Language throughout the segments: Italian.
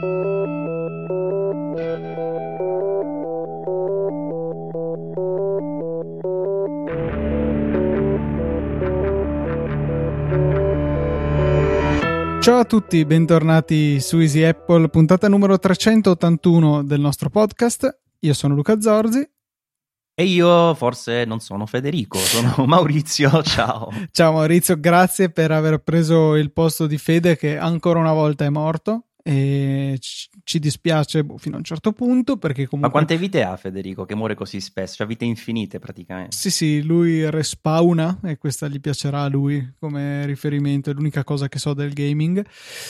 Ciao a tutti, bentornati su Easy Apple, puntata numero 381 del nostro podcast. Io sono Luca Zorzi. E io forse non sono Federico, sono Maurizio, ciao. Ciao Maurizio, grazie per aver preso il posto di Fede che ancora una volta è morto. E ci dispiace fino a un certo punto perché comunque... Ma quante vite ha Federico che muore così spesso? Cioè vite infinite praticamente. Sì, lui respawna e questa gli piacerà a lui come riferimento, è l'unica cosa che so del gaming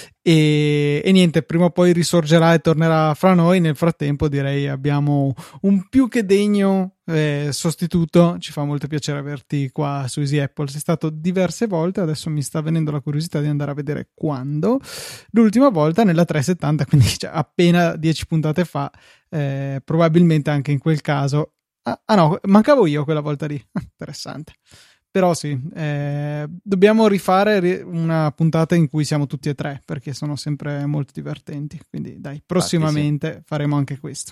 e niente, prima o poi risorgerà e tornerà fra noi. Nel frattempo direi abbiamo un più che degno sostituto. Ci fa molto piacere averti qua su Easy Apple, sei stato diverse volte, adesso mi sta venendo la curiosità di andare a vedere quando. L'ultima volta nella 370, quindi appena 10 puntate fa, probabilmente anche in quel caso no, mancavo io quella volta lì. Interessante. Però sì, dobbiamo rifare una puntata in cui siamo tutti e tre perché sono sempre molto divertenti, quindi dai, prossimamente faremo anche questo.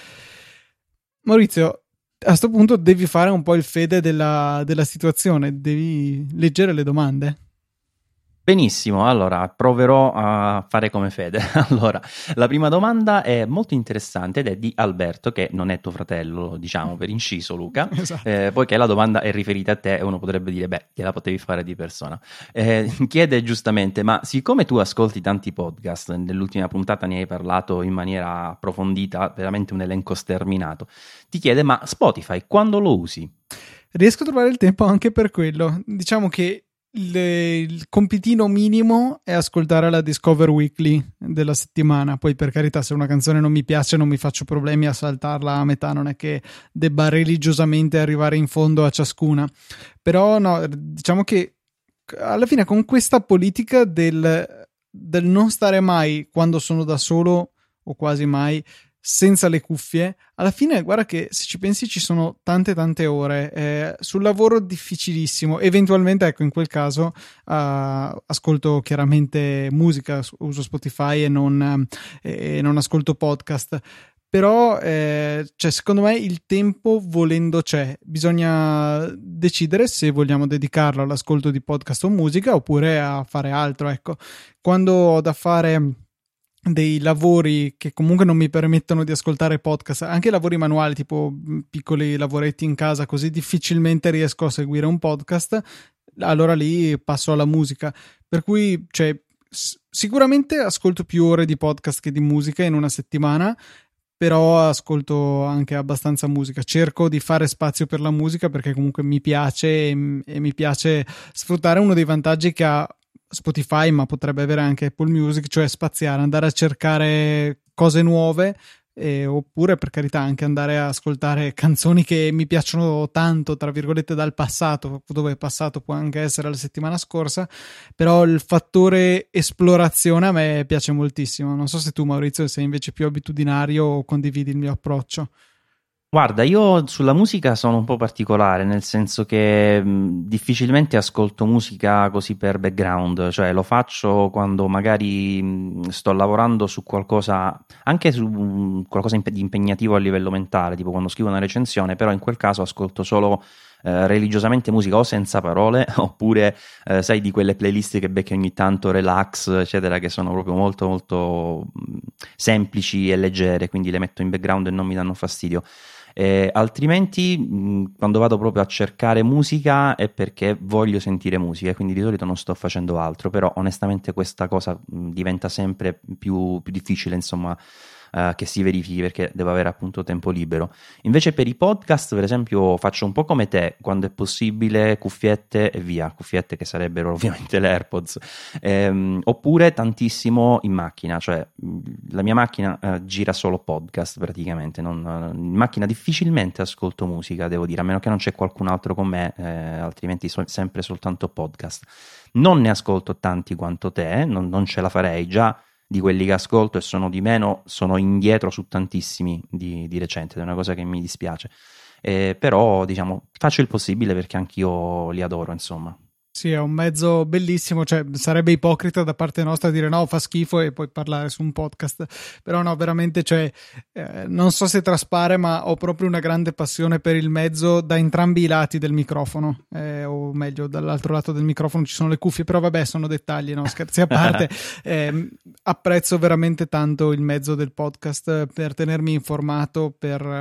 Maurizio, a sto punto devi fare un po' il Fede della situazione, devi leggere le domande. Benissimo, allora proverò a fare come Fede. Allora, la prima domanda è molto interessante ed è di Alberto, che non è tuo fratello, diciamo per inciso, Luca. Esatto. Poiché la domanda è riferita a te e uno potrebbe dire, beh, gliela potevi fare di persona. Chiede giustamente, ma siccome tu ascolti tanti podcast, nell'ultima puntata ne hai parlato in maniera approfondita, veramente un elenco sterminato, ti chiede, ma Spotify quando lo usi? Riesco a trovare il tempo anche per quello. Diciamo che il compitino minimo è ascoltare la Discover Weekly della settimana. Poi per carità, se una canzone non mi piace non mi faccio problemi a saltarla a metà, non è che debba religiosamente arrivare in fondo a ciascuna. Però no, diciamo che alla fine con questa politica del non stare mai quando sono da solo o quasi mai senza le cuffie, alla fine guarda che se ci pensi ci sono tante ore sul lavoro difficilissimo. Eventualmente ecco, in quel caso ascolto chiaramente musica, uso Spotify e non ascolto podcast. Però cioè, secondo me il tempo volendo c'è, bisogna decidere se vogliamo dedicarlo all'ascolto di podcast o musica oppure a fare altro. Ecco, quando ho da fare dei lavori che comunque non mi permettono di ascoltare podcast, anche lavori manuali tipo piccoli lavoretti in casa, così difficilmente riesco a seguire un podcast, allora lì passo alla musica. Per cui cioè, sicuramente ascolto più ore di podcast che di musica in una settimana, però ascolto anche abbastanza musica. Cerco di fare spazio per la musica perché comunque mi piace e mi piace sfruttare uno dei vantaggi che ha Spotify, ma potrebbe avere anche Apple Music, cioè spaziare, andare a cercare cose nuove, oppure per carità anche andare a ascoltare canzoni che mi piacciono tanto, tra virgolette, dal passato, dove passato può anche essere la settimana scorsa, però il fattore esplorazione a me piace moltissimo. Non so se tu, Maurizio, sei invece più abitudinario o condividi il mio approccio. Guarda, io sulla musica sono un po' particolare, nel senso che difficilmente ascolto musica così per background, cioè lo faccio quando magari sto lavorando su qualcosa, anche su qualcosa di impegnativo a livello mentale, tipo quando scrivo una recensione, però in quel caso ascolto solo religiosamente musica o senza parole, oppure sai, di quelle playlist che becchi ogni tanto, relax, eccetera, che sono proprio molto molto semplici e leggere, quindi le metto in background e non mi danno fastidio. Altrimenti quando vado proprio a cercare musica è perché voglio sentire musica, quindi di solito non sto facendo altro, però onestamente questa cosa diventa sempre più difficile, insomma, che si verifichi, perché devo avere appunto tempo libero. Invece per i podcast, per esempio, faccio un po' come te, quando è possibile cuffiette e via, cuffiette che sarebbero ovviamente le AirPods, oppure tantissimo in macchina, cioè la mia macchina gira solo podcast praticamente, in macchina difficilmente ascolto musica, devo dire, a meno che non c'è qualcun altro con me, altrimenti sempre soltanto podcast. Non ne ascolto tanti quanto te, non ce la farei, già di quelli che ascolto e sono di meno, sono indietro su tantissimi di recente, ed è una cosa che mi dispiace, però diciamo faccio il possibile perché anch'io li adoro, insomma. Sì, è un mezzo bellissimo, cioè sarebbe ipocrita da parte nostra dire no, fa schifo e poi parlare su un podcast, però no, veramente, cioè, non so se traspare, ma ho proprio una grande passione per il mezzo da entrambi i lati del microfono, o meglio, dall'altro lato del microfono ci sono le cuffie, però vabbè, sono dettagli, no, scherzi a parte. Apprezzo veramente tanto il mezzo del podcast per tenermi informato,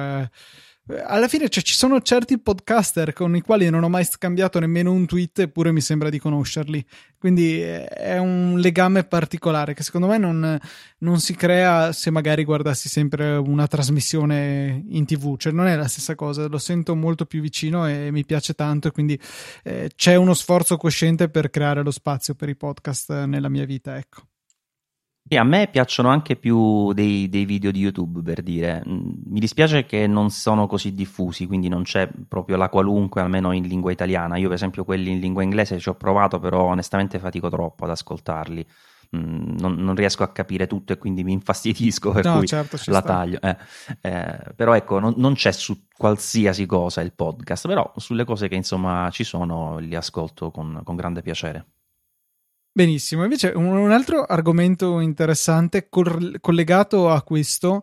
alla fine, cioè, ci sono certi podcaster con i quali non ho mai scambiato nemmeno un tweet, eppure mi sembra di conoscerli. Quindi è un legame particolare che secondo me non si crea se magari guardassi sempre una trasmissione in TV. Cioè, non è la stessa cosa, lo sento molto più vicino e mi piace tanto. E quindi c'è uno sforzo cosciente per creare lo spazio per i podcast nella mia vita, ecco. E a me piacciono anche più dei video di YouTube, per dire. Mi dispiace che non sono così diffusi, quindi non c'è proprio la qualunque, almeno in lingua italiana. Io, per esempio, quelli in lingua inglese ci ho provato, però onestamente fatico troppo ad ascoltarli. Non riesco a capire tutto e quindi mi infastidisco, per No, cui certo, ci la sta. taglio. Però ecco, non c'è su qualsiasi cosa il podcast, però sulle cose che insomma ci sono li ascolto con grande piacere. Benissimo, invece un altro argomento interessante collegato a questo,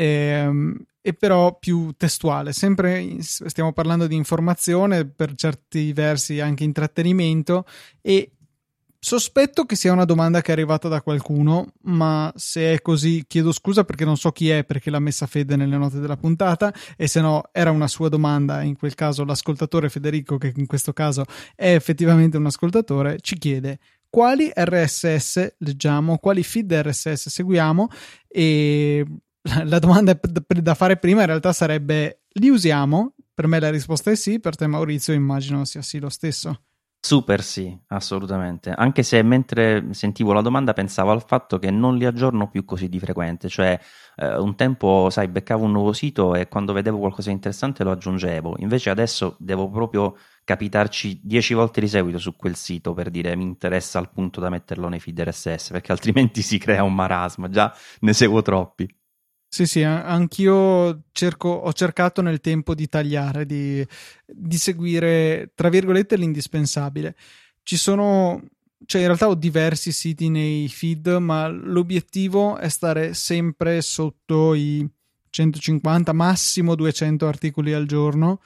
e però più testuale, sempre stiamo parlando di informazione, per certi versi anche intrattenimento, e sospetto che sia una domanda che è arrivata da qualcuno, ma se è così chiedo scusa perché non so chi è, perché l'ha messa Fede nelle note della puntata, e se no era una sua domanda, in quel caso l'ascoltatore Federico, che in questo caso è effettivamente un ascoltatore, ci chiede: quali RSS leggiamo, quali feed RSS seguiamo, e la domanda da fare prima in realtà sarebbe: li usiamo? Per me la risposta è sì, per te Maurizio immagino sia sì lo stesso. Super sì, assolutamente. Anche se mentre sentivo la domanda pensavo al fatto che non li aggiorno più così di frequente, cioè un tempo, sai, beccavo un nuovo sito e quando vedevo qualcosa di interessante lo aggiungevo, invece adesso devo proprio capitarci 10 volte di seguito su quel sito per dire mi interessa al punto da metterlo nei feed RSS, perché altrimenti si crea un marasma, già ne seguo troppi. Sì, sì, anch'io ho cercato nel tempo di tagliare, di seguire, tra virgolette, l'indispensabile. Cioè in realtà ho diversi siti nei feed, ma l'obiettivo è stare sempre sotto i 150, massimo 200 articoli al giorno,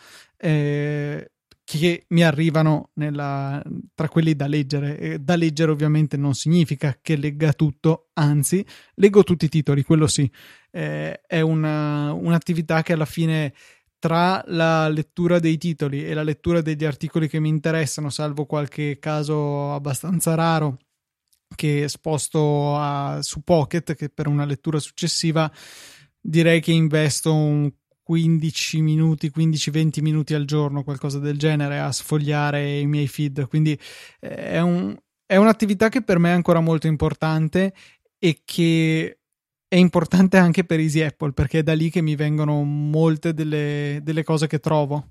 che mi arrivano tra quelli da leggere. E da leggere ovviamente non significa che legga tutto, anzi, leggo tutti i titoli, quello sì. È un'attività che alla fine, tra la lettura dei titoli e la lettura degli articoli che mi interessano, salvo qualche caso abbastanza raro che sposto su Pocket, che per una lettura successiva direi che investo un 15 minuti, 15-20 minuti al giorno, qualcosa del genere, a sfogliare i miei feed. Quindi è un'attività che per me è ancora molto importante, e che è importante anche per Easy Apple, perché è da lì che mi vengono molte delle cose che trovo.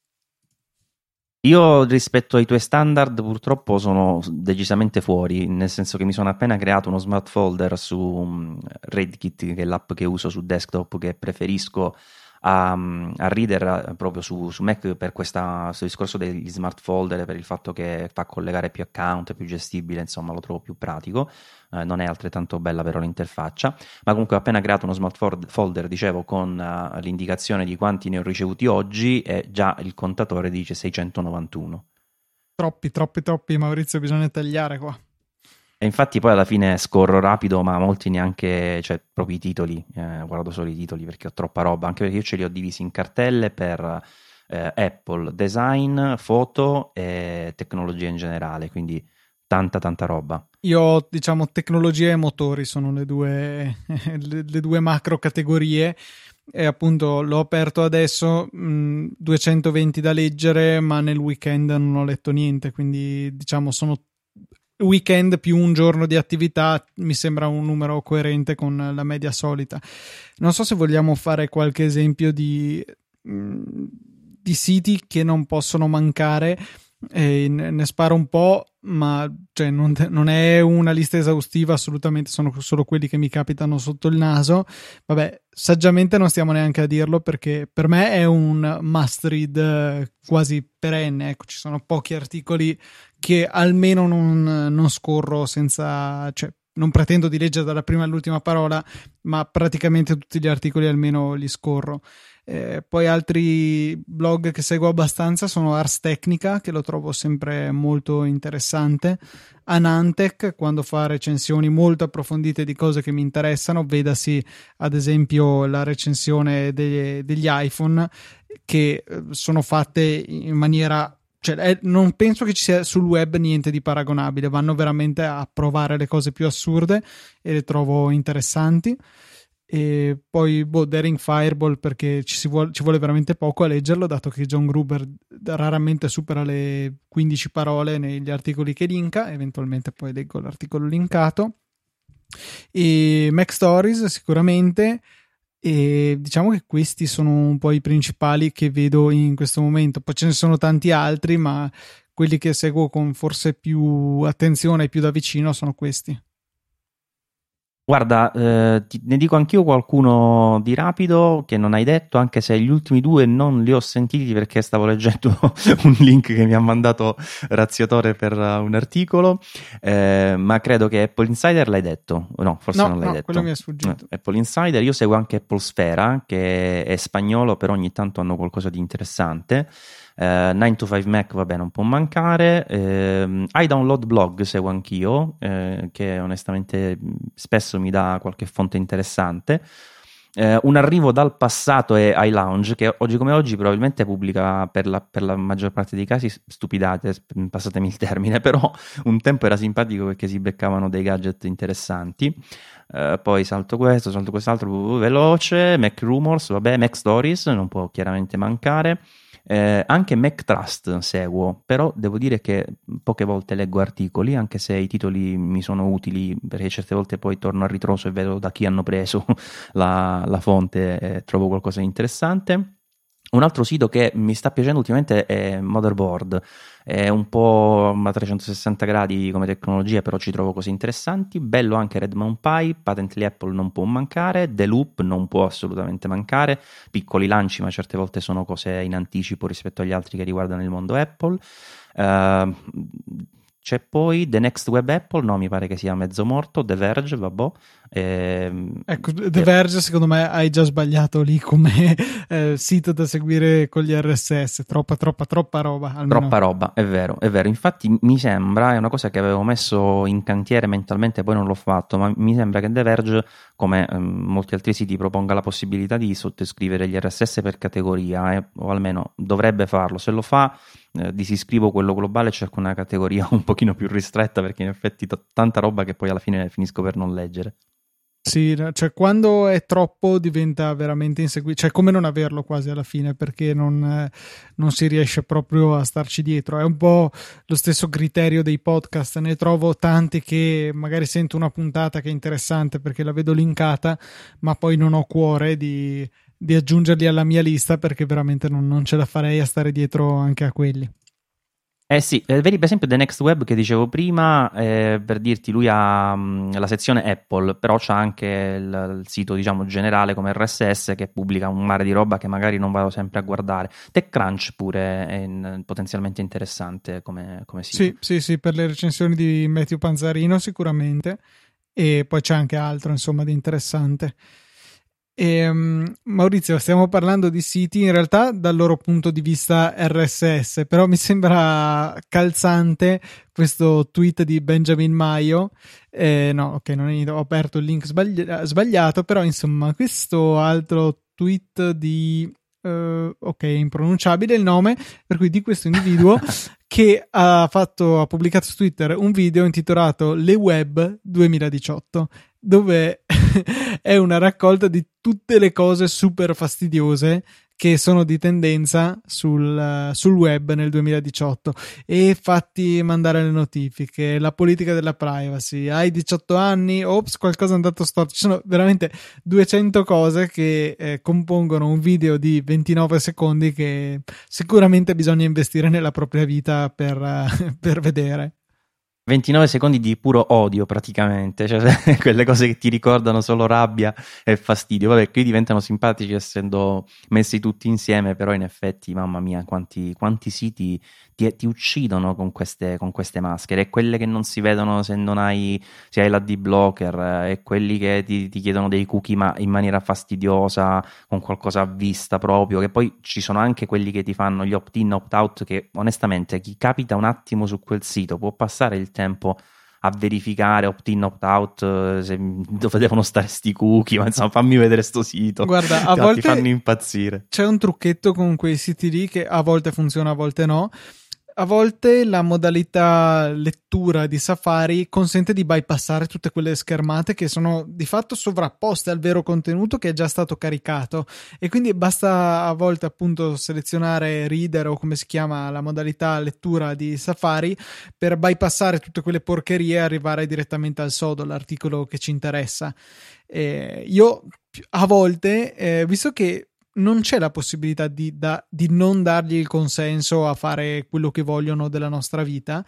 Io rispetto ai tuoi standard purtroppo sono decisamente fuori, nel senso che mi sono appena creato uno smart folder su RedKit, che è l'app che uso su desktop, che preferisco a Reader proprio su Mac per questo discorso degli smart folder, per il fatto che fa collegare più account, è più gestibile, insomma lo trovo più pratico. Non è altrettanto bella però l'interfaccia, ma comunque ho appena creato uno smart folder, dicevo, con l'indicazione di quanti ne ho ricevuti oggi, e già il contatore dice 691. Troppi, Maurizio, bisogna tagliare qua. E infatti poi alla fine scorro rapido, ma molti neanche, cioè proprio i titoli, guardo solo i titoli perché ho troppa roba, anche perché io ce li ho divisi in cartelle per Apple, design, foto e tecnologia in generale, quindi tanta roba. Io, diciamo, tecnologia e motori sono le due, le due macro categorie, e appunto l'ho aperto adesso, 220 da leggere, ma nel weekend non ho letto niente, quindi diciamo sono weekend più un giorno di attività, mi sembra un numero coerente con la media solita. Non so se vogliamo fare qualche esempio di siti che non possono mancare. e ne sparo un po', ma cioè, non è una lista esaustiva, assolutamente, sono solo quelli che mi capitano sotto il naso. Vabbè, saggiamente non stiamo neanche a dirlo, perché per me è un must read quasi perenne. Ecco, ci sono pochi articoli che almeno non scorro senza, cioè, non pretendo di leggere dalla prima all'ultima parola, ma praticamente tutti gli articoli almeno li scorro. Poi altri blog che seguo abbastanza sono Ars Technica, che lo trovo sempre molto interessante, Anantech, quando fa recensioni molto approfondite di cose che mi interessano, vedasi ad esempio la recensione degli iPhone, che sono fatte in maniera, cioè, non penso che ci sia sul web niente di paragonabile, vanno veramente a provare le cose più assurde e le trovo interessanti. E poi Daring Fireball, perché ci vuole veramente poco a leggerlo, dato che John Gruber raramente supera le 15 parole negli articoli che linka, eventualmente poi leggo l'articolo linkato. E Mac Stories sicuramente, e diciamo che questi sono un po' i principali che vedo in questo momento. Poi ce ne sono tanti altri, ma quelli che seguo con forse più attenzione e più da vicino sono questi. Guarda, ne dico anch'io qualcuno di rapido che non hai detto, anche se gli ultimi due non li ho sentiti perché stavo leggendo un link che mi ha mandato Razziatore per un articolo, ma credo che Apple Insider l'hai detto, no, forse non l'hai detto. Quello mi è sfuggito. Apple Insider, io seguo anche Apple Sfera, che è spagnolo, però ogni tanto hanno qualcosa di interessante. 9 to 5 Mac, vabbè, non può mancare. iDownload Blog seguo anch'io, che onestamente spesso mi dà qualche fonte interessante. Un arrivo dal passato è iLounge, che oggi come oggi probabilmente pubblica per la maggior parte dei casi stupidate, passatemi il termine, però un tempo era simpatico perché si beccavano dei gadget interessanti. Poi salto quest'altro veloce. Mac Rumors, vabbè, Mac Stories non può chiaramente mancare. Anche Mac Trust seguo, però devo dire che poche volte leggo articoli, anche se i titoli mi sono utili, perché certe volte poi torno a ritroso e vedo da chi hanno preso la fonte e trovo qualcosa di interessante. Un altro sito che mi sta piacendo ultimamente è Motherboard, è un po' a 360 gradi come tecnologia, però ci trovo cose interessanti. Bello anche Redmond Pi, Patently Apple non può mancare, The Loop non può assolutamente mancare, piccoli lanci ma certe volte sono cose in anticipo rispetto agli altri che riguardano il mondo Apple. C'è poi The Next Web Apple, no, mi pare che sia mezzo morto. The Verge, vabbè. Ecco, The Verge secondo me hai già sbagliato lì come sito da seguire con gli RSS, troppa roba. Almeno. Troppa roba, è vero. Infatti mi sembra, è una cosa che avevo messo in cantiere mentalmente, poi non l'ho fatto, ma mi sembra che The Verge, come molti altri siti, proponga la possibilità di sottoscrivere gli RSS per categoria, o almeno dovrebbe farlo. Se lo fa, disiscrivo quello globale e cerco una categoria un pochino più ristretta, perché in effetti tanta roba che poi alla fine finisco per non leggere. Sì, cioè quando è troppo diventa veramente inseguibile, cioè come non averlo quasi alla fine, perché non si riesce proprio a starci dietro. È un po' lo stesso criterio dei podcast, ne trovo tanti che magari sento una puntata che è interessante perché la vedo linkata, ma poi non ho cuore di aggiungerli alla mia lista, perché veramente non ce la farei a stare dietro anche a quelli. Eh sì, vedi per esempio The Next Web che dicevo prima, per dirti, lui ha la sezione Apple, però c'ha anche il sito, diciamo, generale come RSS, che pubblica un mare di roba che magari non vado sempre a guardare. TechCrunch pure è potenzialmente interessante come sito. Sì, per le recensioni di Matteo Panzarino sicuramente, e poi c'è anche altro, insomma, di interessante. Maurizio, stiamo parlando di siti in realtà dal loro punto di vista RSS, però mi sembra calzante questo tweet di Benjamin Maio. No, ok, ho aperto il link sbagliato, però insomma questo altro tweet di ok, impronunciabile il nome, per cui di questo individuo che ha pubblicato su Twitter un video intitolato Le Web 2018, dove è una raccolta di tutte le cose super fastidiose che sono di tendenza sul web nel 2018, e fatti mandare le notifiche, la politica della privacy, hai 18 anni, ops, qualcosa è andato storto. Ci sono veramente 200 cose che compongono un video di 29 secondi che sicuramente bisogna investire nella propria vita per vedere. 29 secondi di puro odio praticamente, cioè quelle cose che ti ricordano solo rabbia e fastidio. Vabbè, qui diventano simpatici essendo messi tutti insieme, però in effetti, mamma mia, quanti siti ti uccidono con queste maschere, e quelle che non si vedono se hai l'AD blocker, e quelli che ti chiedono dei cookie ma in maniera fastidiosa, con qualcosa a vista proprio, che poi ci sono anche quelli che ti fanno gli opt-in, opt-out, che onestamente chi capita un attimo su quel sito può passare il tempo a verificare opt-in, opt-out, dove devono stare sti cookie, ma insomma fammi vedere sto sito. Guarda, a volte ti fanno impazzire. C'è un trucchetto con quei siti lì che a volte funziona, a volte no. A volte la modalità lettura di Safari consente di bypassare tutte quelle schermate che sono di fatto sovrapposte al vero contenuto che è già stato caricato, e quindi basta a volte appunto selezionare Reader, o come si chiama la modalità lettura di Safari, per bypassare tutte quelle porcherie e arrivare direttamente al sodo, l'articolo che ci interessa. Io a volte, visto che non c'è la possibilità di non dargli il consenso a fare quello che vogliono della nostra vita,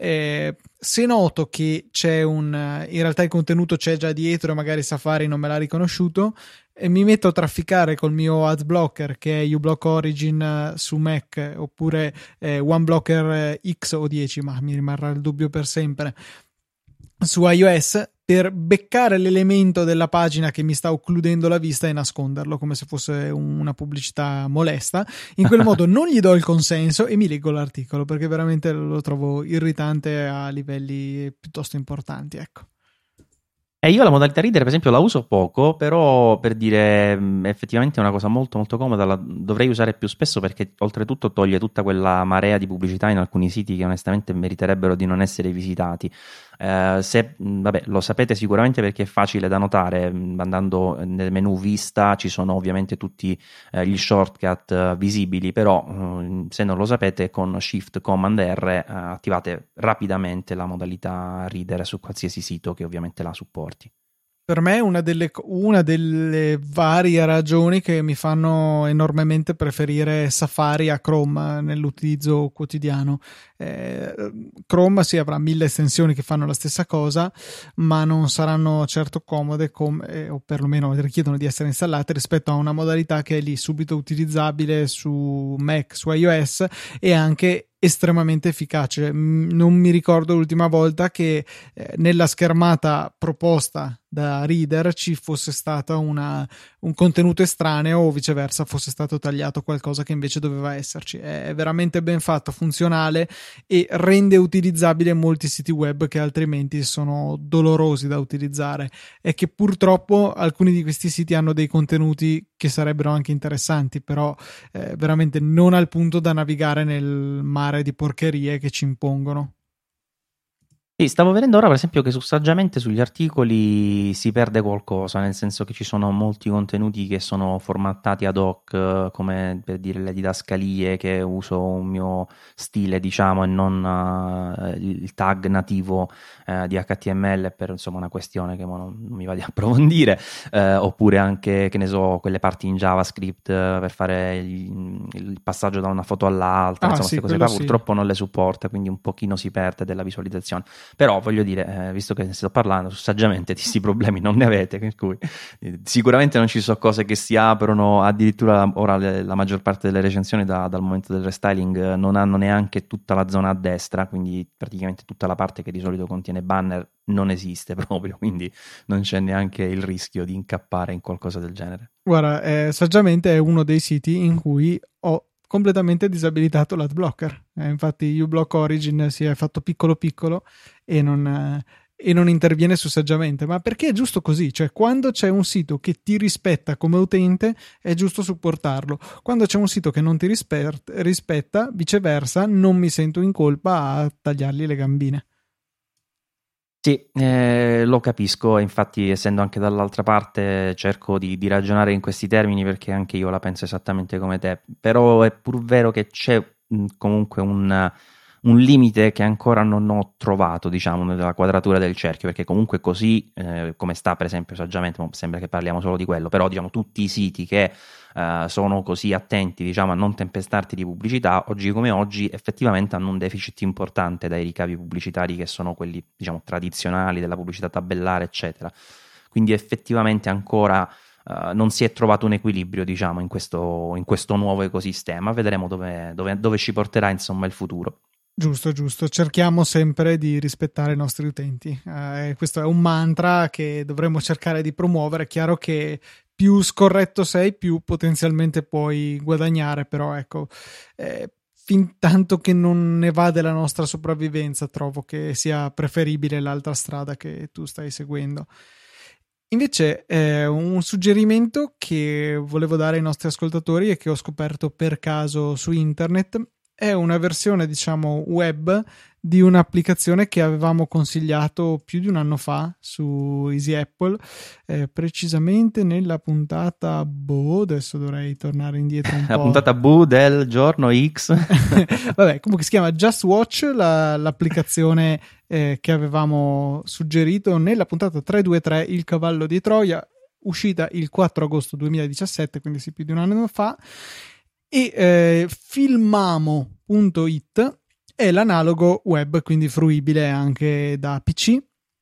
se noto che c'è in realtà il contenuto c'è già dietro e magari Safari non me l'ha riconosciuto, mi metto a trafficare col mio ad blocker, che è uBlock Origin su Mac, oppure OneBlocker X o 10, ma mi rimarrà il dubbio per sempre, su iOS, per beccare l'elemento della pagina che mi sta occludendo la vista e nasconderlo come se fosse una pubblicità molesta. In quel modo non gli do il consenso e mi leggo l'articolo, perché veramente lo trovo irritante a livelli piuttosto importanti, ecco. E io la modalità reader, per esempio, la uso poco, però per dire effettivamente è una cosa molto molto comoda, la dovrei usare più spesso, perché oltretutto toglie tutta quella marea di pubblicità in alcuni siti che onestamente meriterebbero di non essere visitati. Vabbè, lo sapete sicuramente perché è facile da notare, andando nel menu vista ci sono ovviamente tutti gli shortcut visibili, però se non lo sapete, con Shift Command R attivate rapidamente la modalità reader su qualsiasi sito che ovviamente la supporti. Per me una delle varie ragioni che mi fanno enormemente preferire Safari a Chrome nell'utilizzo quotidiano. Chrome sì, avrà 1000 estensioni che fanno la stessa cosa, ma non saranno certo comode o perlomeno richiedono di essere installate, rispetto a una modalità che è lì subito utilizzabile su Mac, su iOS, e anche estremamente efficace. Non mi ricordo l'ultima volta che nella schermata proposta da reader ci fosse stata un contenuto estraneo, o viceversa fosse stato tagliato qualcosa che invece doveva esserci. È veramente ben fatto, funzionale, e rende utilizzabile molti siti web che altrimenti sono dolorosi da utilizzare, e che purtroppo alcuni di questi siti hanno dei contenuti che sarebbero anche interessanti, però veramente non al punto da navigare nel mare di porcherie che ci impongono. Sì, stavo vedendo ora per esempio che saggiamente sugli articoli si perde qualcosa, nel senso che ci sono molti contenuti che sono formattati ad hoc, come per dire le didascalie, che uso un mio stile, diciamo, e non il tag nativo di HTML, per insomma una questione che non mi va di approfondire, oppure anche, che ne so, quelle parti in JavaScript per fare il passaggio da una foto all'altra, insomma, sì, queste cose qua sì. purtroppo non le supporta, quindi un pochino si perde della visualizzazione. Però voglio dire, visto che ne sto parlando, saggiamente di questi problemi non ne avete, per cui sicuramente non ci sono cose che si aprono, addirittura ora la maggior parte delle recensioni dal momento del restyling non hanno neanche tutta la zona a destra, quindi praticamente tutta la parte che di solito contiene banner non esiste proprio, quindi non c'è neanche il rischio di incappare in qualcosa del genere. Guarda, saggiamente è uno dei siti in cui ho completamente disabilitato l'ad blocker. Infatti uBlock Origin si è fatto piccolo piccolo e non interviene su saggiamente, ma perché è giusto così, cioè quando c'è un sito che ti rispetta come utente è giusto supportarlo, quando c'è un sito che non ti rispetta, viceversa, non mi sento in colpa a tagliargli le gambine. Sì, lo capisco, e infatti essendo anche dall'altra parte cerco di ragionare in questi termini perché anche io la penso esattamente come te, però è pur vero che c'è comunque un limite che ancora non ho trovato, diciamo, nella quadratura del cerchio, perché comunque così, come sta per esempio saggiamente, sembra che parliamo solo di quello, però diciamo tutti i siti che sono così attenti, diciamo, a non tempestarti di pubblicità, oggi come oggi effettivamente hanno un deficit importante dai ricavi pubblicitari che sono quelli, diciamo, tradizionali della pubblicità tabellare, eccetera. Quindi effettivamente ancora non si è trovato un equilibrio, diciamo, in questo nuovo ecosistema. Vedremo dove ci porterà, insomma, il futuro. Giusto, giusto. Cerchiamo sempre di rispettare i nostri utenti. Questo è un mantra che dovremmo cercare di promuovere. È chiaro che più scorretto sei, più potenzialmente puoi guadagnare, però ecco, fin tanto che non ne va della nostra sopravvivenza, trovo che sia preferibile l'altra strada che tu stai seguendo. Invece, un suggerimento che volevo dare ai nostri ascoltatori e che ho scoperto per caso su internet è una versione, diciamo, web di un'applicazione che avevamo consigliato più di un anno fa su Easy Apple, precisamente nella puntata adesso dovrei tornare indietro un po'. La puntata del giorno X. Vabbè, comunque si chiama Just Watch, l'applicazione che avevamo suggerito nella puntata 323, Il cavallo di Troia, uscita il 4 agosto 2017, quindi sì, più di un anno fa. E filmamo.it è l'analogo web, quindi fruibile anche da PC.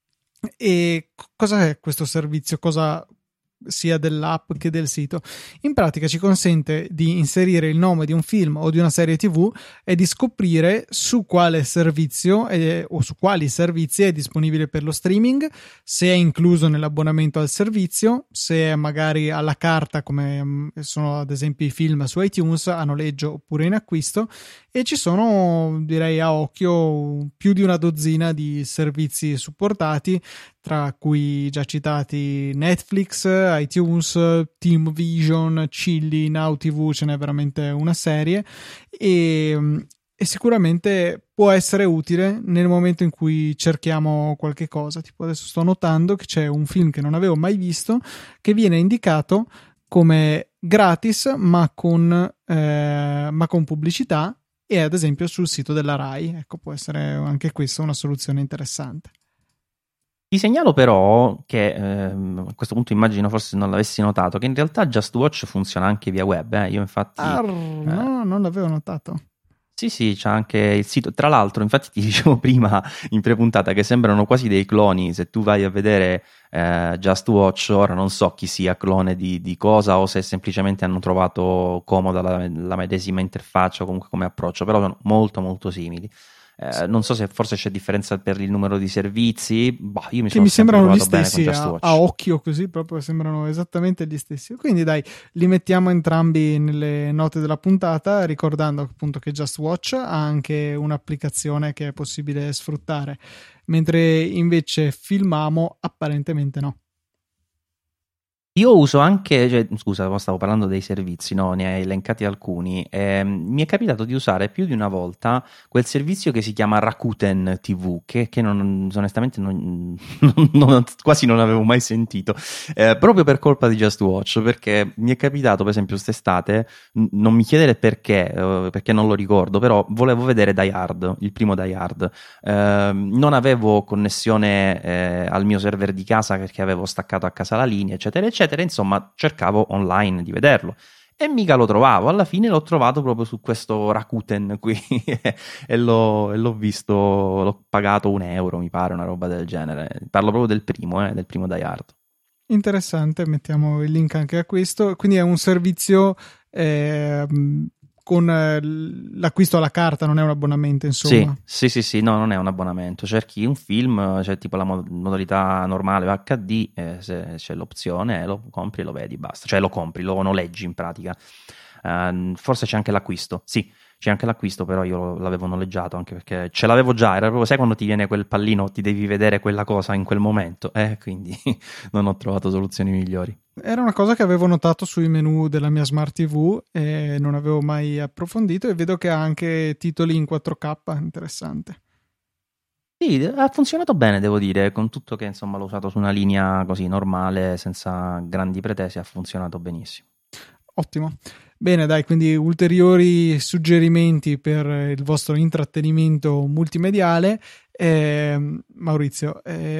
E cosa è questo servizio? Cosa sia dell'app che del sito? In pratica ci consente di inserire il nome di un film o di una serie TV e di scoprire su quale servizio o su quali servizi è disponibile per lo streaming, se è incluso nell'abbonamento al servizio, se è magari alla carta come sono ad esempio i film su iTunes a noleggio oppure in acquisto, e ci sono, direi a occhio, più di una dozzina di servizi supportati, tra cui già citati Netflix, iTunes, Team Vision, Chilli, Now TV, ce n'è veramente una serie, e sicuramente può essere utile nel momento in cui cerchiamo qualche cosa. Tipo adesso sto notando che c'è un film che non avevo mai visto che viene indicato come gratis ma con pubblicità, e ad esempio sul sito della Rai. Ecco, può essere anche questa una soluzione interessante. Ti segnalo però che a questo punto immagino forse non l'avessi notato, che in realtà Just Watch funziona anche via web. Io infatti no, non l'avevo notato. Sì, c'è anche il sito. Tra l'altro, infatti ti dicevo prima in prepuntata che sembrano quasi dei cloni. Se tu vai a vedere Just Watch, ora non so chi sia clone di cosa, o se semplicemente hanno trovato comoda la medesima interfaccia o comunque come approccio, però sono molto molto simili. Non so se forse c'è differenza per il numero di servizi, io mi sembrano gli bene stessi con Just Watch. a occhio, così proprio sembrano esattamente gli stessi. Quindi dai, li mettiamo entrambi nelle note della puntata, ricordando appunto che Just Watch ha anche un'applicazione che è possibile sfruttare, mentre invece Filmamo apparentemente no. Io uso anche, scusa, stavo parlando dei servizi, no? Ne hai elencati alcuni. Mi è capitato di usare più di una volta quel servizio che si chiama Rakuten TV, che onestamente quasi non avevo mai sentito, proprio per colpa di Just Watch, perché mi è capitato, per esempio, quest'estate, non mi chiedere perché non lo ricordo, però volevo vedere Die Hard, il primo Die Hard. Non avevo connessione al mio server di casa perché avevo staccato a casa la linea, eccetera, eccetera. Insomma, cercavo online di vederlo e mica lo trovavo. Alla fine l'ho trovato proprio su questo Rakuten qui e l'ho visto, l'ho pagato €1, mi pare, una roba del genere. Parlo proprio del primo Die Hard. Interessante, mettiamo il link anche a questo. Quindi è un servizio con l'acquisto alla carta, non è un abbonamento, insomma. Sì, no, non è un abbonamento. Cerchi un film, c'è tipo la modalità normale HD, se c'è l'opzione lo compri e lo vedi, basta. Cioè lo compri, lo noleggi in pratica. Forse c'è anche l'acquisto, sì, c'è anche l'acquisto, però io l'avevo noleggiato anche perché ce l'avevo già, era proprio, sai, quando ti viene quel pallino, ti devi vedere quella cosa in quel momento, quindi non ho trovato soluzioni migliori. Era una cosa che avevo notato sui menu della mia Smart TV e non avevo mai approfondito, e vedo che ha anche titoli in 4K, interessante. Sì, ha funzionato bene, devo dire, con tutto che insomma l'ho usato su una linea così normale, senza grandi pretese, ha funzionato benissimo. Ottimo. Bene, dai, quindi ulteriori suggerimenti per il vostro intrattenimento multimediale. Maurizio,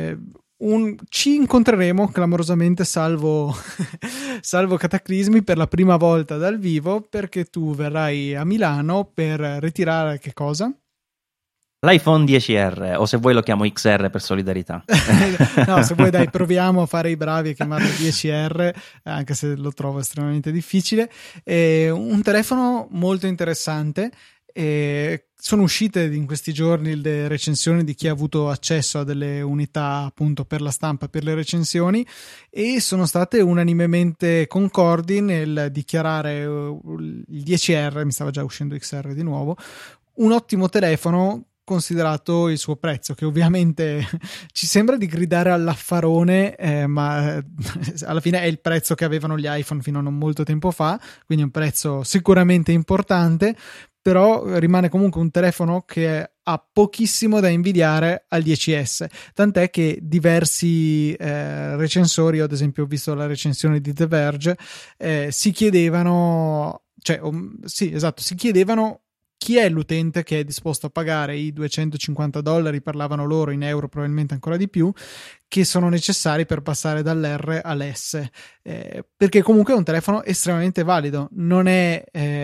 ci incontreremo clamorosamente, salvo, salvo cataclismi, per la prima volta dal vivo, perché tu verrai a Milano per ritirare che cosa? L'iPhone 10R, o se vuoi lo chiamo XR per solidarietà. No, se vuoi dai, proviamo a fare i bravi e chiamarlo 10R, anche se lo trovo estremamente difficile. Un telefono molto interessante. Sono uscite in questi giorni le recensioni di chi ha avuto accesso a delle unità appunto per la stampa, per le recensioni, e sono state unanimemente concordi nel dichiarare il 10R, mi stava già uscendo XR di nuovo, un ottimo telefono considerato il suo prezzo, che ovviamente ci sembra di gridare all'affarone, ma alla fine è il prezzo che avevano gli iPhone fino a non molto tempo fa, quindi è un prezzo sicuramente importante, però rimane comunque un telefono che ha pochissimo da invidiare al 10S, tant'è che diversi recensori, ad esempio ho visto la recensione di The Verge, si chiedevano, cioè sì, esatto, si chiedevano chi è l'utente che è disposto a pagare i $250, parlavano loro in euro probabilmente ancora di più, che sono necessari per passare dall'R all'S, perché comunque è un telefono estremamente valido, non è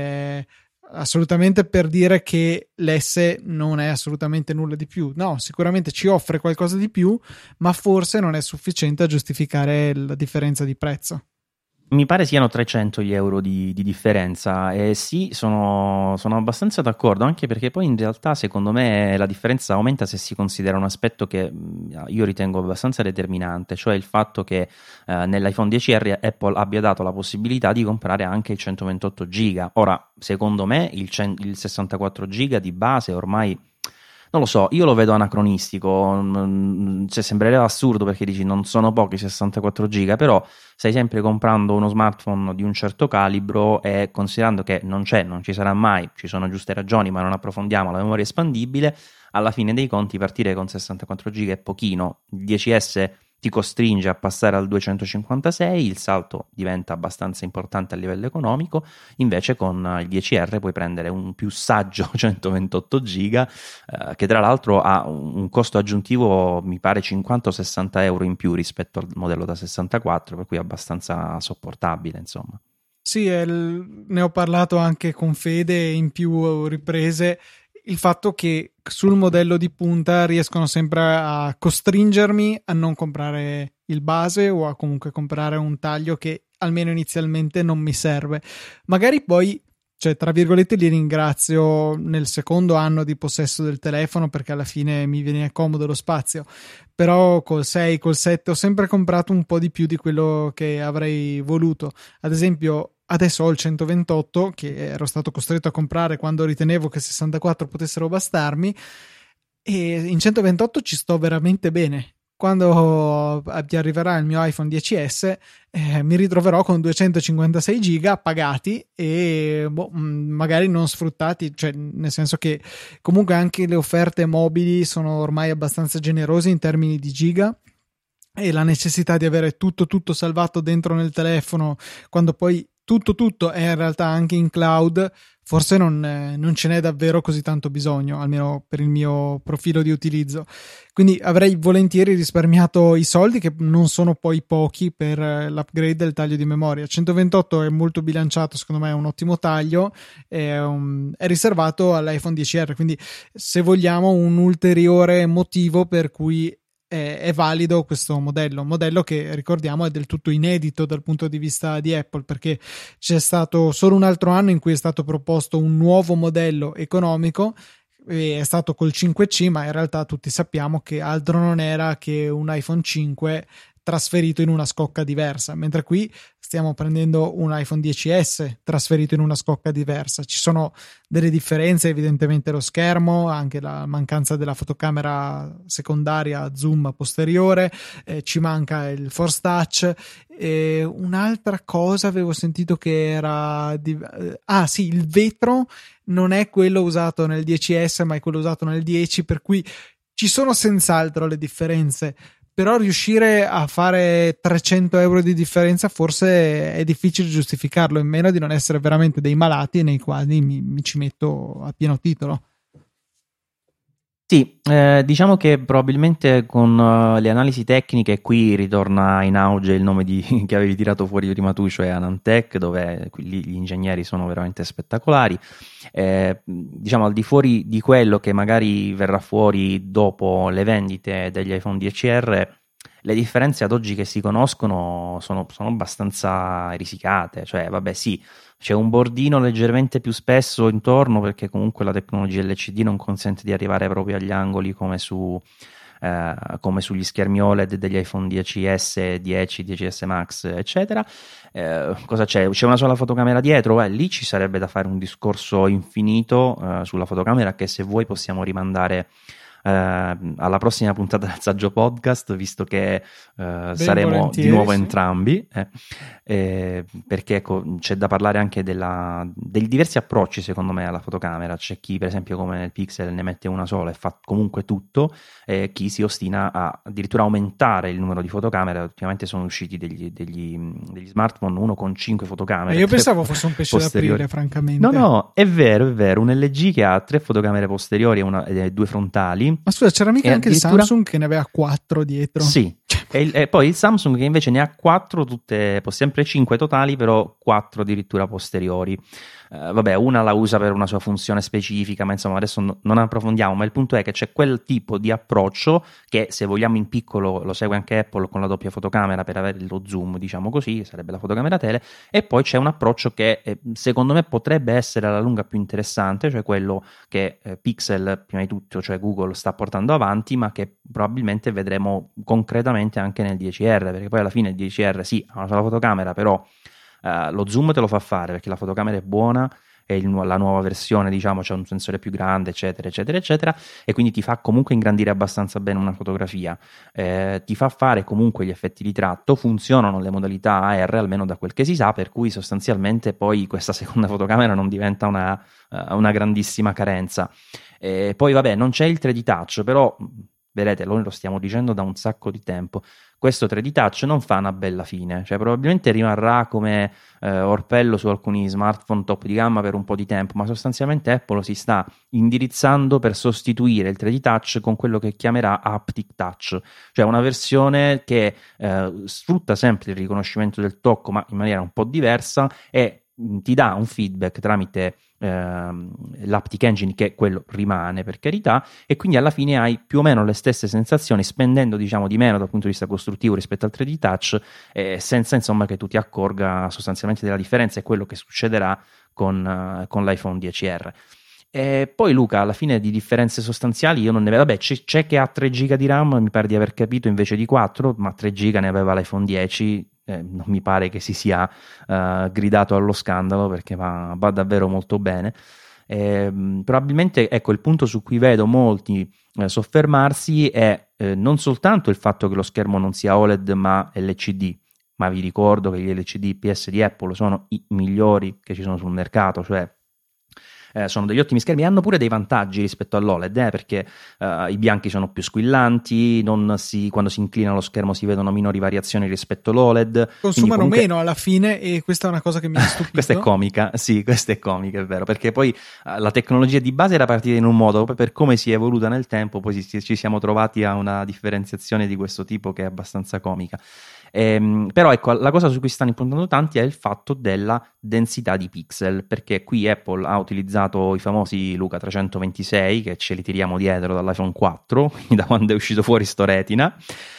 assolutamente per dire che l'S non è assolutamente nulla di più, no, sicuramente ci offre qualcosa di più, ma forse non è sufficiente a giustificare la differenza di prezzo. Mi pare siano 300 gli euro di differenza, e sì, sono abbastanza d'accordo, anche perché poi in realtà secondo me la differenza aumenta se si considera un aspetto che io ritengo abbastanza determinante, cioè il fatto che nell'iPhone 10R Apple abbia dato la possibilità di comprare anche il 128 giga. Ora, secondo me il 64 giga di base ormai, non lo so, io lo vedo anacronistico, cioè sembrerebbe assurdo perché dici non sono pochi 64 giga, però stai sempre comprando uno smartphone di un certo calibro, e considerando che non ci sarà mai, ci sono giuste ragioni, ma non approfondiamo la memoria espandibile, alla fine dei conti partire con 64 giga è pochino. Il 10S ti costringe a passare al 256, il salto diventa abbastanza importante a livello economico, invece con il 10R puoi prendere un più saggio 128 giga, che tra l'altro ha un costo aggiuntivo, mi pare 50 o 60 euro in più rispetto al modello da 64, per cui è abbastanza sopportabile, insomma. Sì, ne ho parlato anche con Fede in più riprese. Il fatto che sul modello di punta riescono sempre a costringermi a non comprare il base o a comunque comprare un taglio che almeno inizialmente non mi serve. Magari poi, cioè, tra virgolette, li ringrazio nel secondo anno di possesso del telefono perché alla fine mi viene comodo lo spazio. Però col 6, col 7 ho sempre comprato un po' di più di quello che avrei voluto. Ad esempio, adesso ho il 128 che ero stato costretto a comprare quando ritenevo che 64 potessero bastarmi, e in 128 ci sto veramente bene. Quando arriverà il mio iPhone 10S, mi ritroverò con 256 giga pagati e magari non sfruttati, cioè nel senso che comunque anche le offerte mobili sono ormai abbastanza generose in termini di giga, e la necessità di avere tutto salvato dentro nel telefono, quando poi tutto è in realtà anche in cloud, forse non ce n'è davvero così tanto bisogno, almeno per il mio profilo di utilizzo. Quindi avrei volentieri risparmiato i soldi, che non sono poi pochi, per l'upgrade del taglio di memoria. 128 è molto bilanciato, secondo me è un ottimo taglio, è riservato all'iPhone 10R, quindi se vogliamo un ulteriore motivo per cui è valido questo modello che ricordiamo è del tutto inedito dal punto di vista di Apple, perché c'è stato solo un altro anno in cui è stato proposto un nuovo modello economico, e è stato col 5C, ma in realtà tutti sappiamo che altro non era che un iPhone 5 trasferito in una scocca diversa, mentre qui stiamo prendendo un iPhone 10S trasferito in una scocca diversa. Ci sono delle differenze, evidentemente lo schermo, anche la mancanza della fotocamera secondaria zoom posteriore, ci manca il Force Touch, un'altra cosa avevo sentito che era sì, il vetro non è quello usato nel 10S ma è quello usato nel 10, per cui ci sono senz'altro le differenze, però riuscire a fare 300 euro di differenza forse è difficile giustificarlo, in meno di non essere veramente dei malati nei quali mi ci metto a pieno titolo. Sì, diciamo che probabilmente con le analisi tecniche qui ritorna in auge il nome che avevi tirato fuori prima tu, cioè Anantech, dove lì gli ingegneri sono veramente spettacolari. Diciamo al di fuori di quello che magari verrà fuori dopo le vendite degli iPhone 10R, le differenze ad oggi che si conoscono sono abbastanza risicate, cioè vabbè sì, c'è un bordino leggermente più spesso intorno perché comunque la tecnologia LCD non consente di arrivare proprio agli angoli come sugli schermi OLED degli iPhone 10S, 10, 10S Max, eccetera. Cosa c'è? C'è una sola fotocamera dietro? Lì ci sarebbe da fare un discorso infinito sulla fotocamera che se vuoi possiamo rimandare alla prossima puntata del Saggio Podcast, visto che saremo di nuovo entrambi, perché ecco, c'è da parlare anche dei diversi approcci secondo me alla fotocamera. C'è chi per esempio come nel Pixel ne mette una sola e fa comunque tutto, chi si ostina a addirittura aumentare il numero di fotocamere. Ultimamente sono usciti degli smartphone uno con 5 fotocamere. Io pensavo fosse un pesce d'aprile, francamente. No, è vero, un LG che ha 3 fotocamere posteriori e 2 frontali. Ma scusa, c'era mica anche il Samsung che ne aveva 4 dietro? Sì, e poi il Samsung che invece ne ha 4, tutte, sempre 5 totali, però 4 addirittura posteriori. Vabbè, una la usa per una sua funzione specifica, ma insomma adesso non approfondiamo, ma il punto è che c'è quel tipo di approccio che, se vogliamo in piccolo, lo segue anche Apple con la doppia fotocamera per avere lo zoom, diciamo così, che sarebbe la fotocamera tele, e poi c'è un approccio che secondo me potrebbe essere alla lunga più interessante, cioè quello che Pixel, prima di tutto, cioè Google, sta portando avanti, ma che probabilmente vedremo concretamente anche nel 10R, perché poi alla fine il 10R sì, ha una sola fotocamera, però lo zoom te lo fa fare perché la fotocamera è buona e la nuova versione, diciamo, c'è un sensore più grande, eccetera, eccetera, eccetera, e quindi ti fa comunque ingrandire abbastanza bene una fotografia, ti fa fare comunque gli effetti di tratto, funzionano le modalità AR, almeno da quel che si sa, per cui sostanzialmente poi questa seconda fotocamera non diventa una grandissima carenza. Poi vabbè, non c'è il 3D Touch, però vedete, noi lo stiamo dicendo da un sacco di tempo. Questo 3D Touch non fa una bella fine, cioè probabilmente rimarrà come orpello su alcuni smartphone top di gamma per un po' di tempo, ma sostanzialmente Apple si sta indirizzando per sostituire il 3D Touch con quello che chiamerà Haptic Touch, cioè una versione che sfrutta sempre il riconoscimento del tocco, ma in maniera un po' diversa, e ti dà un feedback tramite l'Haptic Engine, che quello rimane per carità, e quindi alla fine hai più o meno le stesse sensazioni, spendendo diciamo di meno dal punto di vista costruttivo rispetto al 3D Touch, senza insomma che tu ti accorga sostanzialmente della differenza. È quello che succederà con l'iPhone 10R. E poi Luca, alla fine di differenze sostanziali io non ne vedo. Vabbè, c'è che ha 3 giga di RAM, mi pare di aver capito, invece di 4, ma 3 giga ne aveva l'iPhone 10. Non mi pare che si sia gridato allo scandalo, perché va davvero molto bene. Probabilmente, ecco, il punto su cui vedo molti soffermarsi è non soltanto il fatto che lo schermo non sia OLED ma LCD, ma vi ricordo che gli LCD IPS di Apple sono i migliori che ci sono sul mercato, cioè sono degli ottimi schermi, hanno pure dei vantaggi rispetto all'OLED, perché i bianchi sono più squillanti, quando si inclina lo schermo si vedono minori variazioni rispetto all'OLED, consumano meno alla fine, e questa è una cosa che mi ha stupito. Questa è comica, sì, questa è comica, è vero, perché poi la tecnologia di base era partita in un modo, poi per come si è evoluta nel tempo poi ci siamo trovati a una differenziazione di questo tipo che è abbastanza comica. Però ecco, la cosa su cui stanno impuntando tanti è il fatto della densità di pixel, perché qui Apple ha utilizzato i famosi Luca 326, che ce li tiriamo dietro dall'iPhone 4, quindi da quando è uscito fuori sto Retina,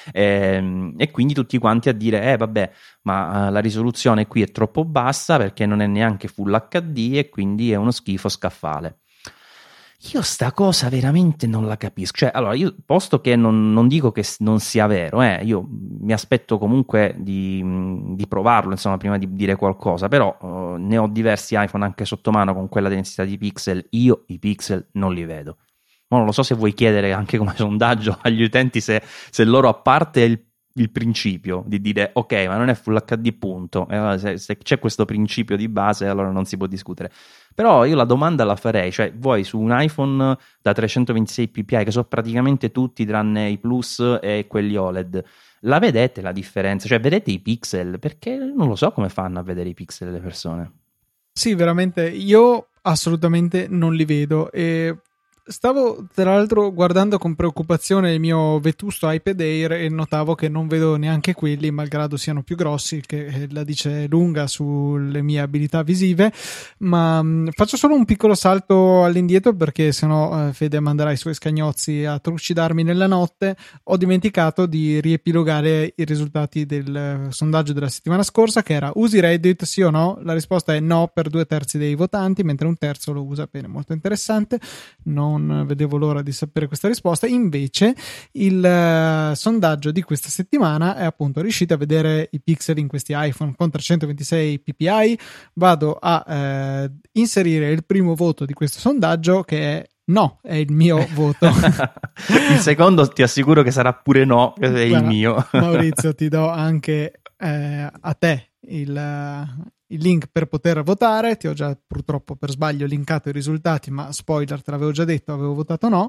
e quindi tutti quanti a dire vabbè, ma la risoluzione qui è troppo bassa perché non è neanche Full HD e quindi è uno schifo scaffale. Io sta cosa veramente non la capisco. Cioè, allora, io, posto che non dico che non sia vero, io mi aspetto comunque di provarlo, insomma, prima di dire qualcosa, però ne ho diversi iPhone anche sotto mano con quella densità di pixel, io i pixel non li vedo. Ma non lo so se vuoi chiedere anche come sondaggio agli utenti se loro, a parte il principio di dire ok, ma non è Full HD punto, e allora se c'è questo principio di base allora non si può discutere. Però io la domanda la farei, cioè voi su un iPhone da 326 ppi, che sono praticamente tutti tranne i Plus e quelli OLED, la vedete la differenza? Cioè vedete i pixel? Perché non lo so come fanno a vedere i pixel le persone. Sì, veramente, io assolutamente non li vedo e stavo tra l'altro guardando con preoccupazione il mio vetusto iPad Air e notavo che non vedo neanche quelli, malgrado siano più grossi, che la dice lunga sulle mie abilità visive. Ma faccio solo un piccolo salto all'indietro perché sennò Fede manderà i suoi scagnozzi a trucidarmi nella notte. Ho dimenticato di riepilogare i risultati del sondaggio della settimana scorsa, che era: usi Reddit sì o no? La risposta è no per 2/3 dei votanti, mentre un terzo lo usa. Bene, molto interessante, non vedevo l'ora di sapere questa risposta. Invece il sondaggio di questa settimana è appunto: riuscite a vedere i pixel in questi iPhone con 326 ppi? Vado a inserire il primo voto di questo sondaggio, che è no, è il mio voto. Il secondo ti assicuro che sarà pure no, è il mio. Maurizio, ti do anche a te il link per poter votare. Ti ho già purtroppo per sbaglio linkato i risultati, ma spoiler, te l'avevo già detto, avevo votato no.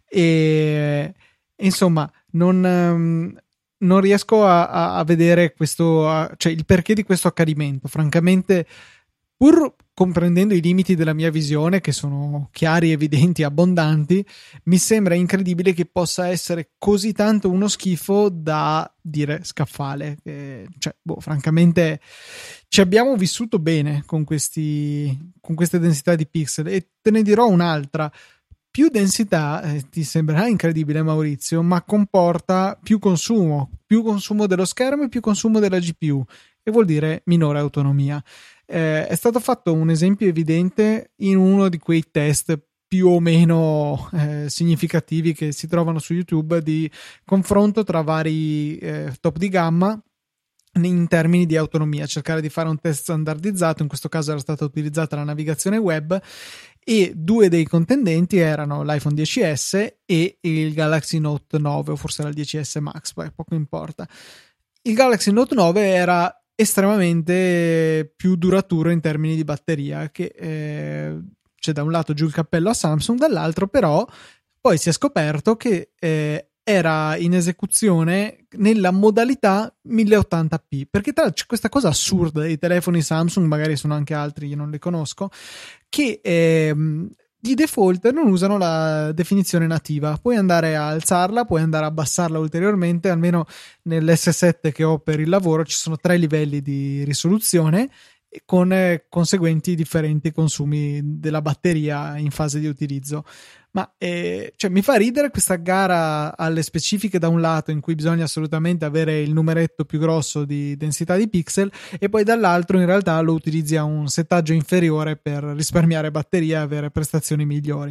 E insomma non riesco a vedere questo, cioè il perché di questo accadimento. Francamente, pur comprendendo i limiti della mia visione, che sono chiari, evidenti, abbondanti, mi sembra incredibile che possa essere così tanto uno schifo da dire scaffale. Cioè, francamente, ci abbiamo vissuto bene con queste densità di pixel, e te ne dirò un'altra. Più densità, ti sembrerà incredibile, Maurizio, ma comporta più consumo dello schermo e più consumo della GPU, e vuol dire minore autonomia. È stato fatto un esempio evidente in uno di quei test più o meno significativi che si trovano su YouTube, di confronto tra vari top di gamma in termini di autonomia, cercare di fare un test standardizzato. In questo caso era stata utilizzata la navigazione web, e due dei contendenti erano l'iPhone XS e il Galaxy Note 9, o forse era il XS Max, poi poco importa. Il Galaxy Note 9 era estremamente più duraturo in termini di batteria, che c'è da un lato giù il cappello a Samsung, dall'altro però poi si è scoperto che era in esecuzione nella modalità 1080p, perché tra l'altro c'è questa cosa assurda dei telefoni Samsung, magari sono anche altri, io non li conosco, che di default non usano la definizione nativa. Puoi andare a alzarla, puoi andare a abbassarla ulteriormente. Almeno nell'S7 che ho per il lavoro ci sono 3 livelli di risoluzione, con conseguenti differenti consumi della batteria in fase di utilizzo. Ma cioè, mi fa ridere questa gara alle specifiche da un lato, in cui bisogna assolutamente avere il numeretto più grosso di densità di pixel, e poi dall'altro in realtà lo utilizzi a un settaggio inferiore per risparmiare batteria e avere prestazioni migliori.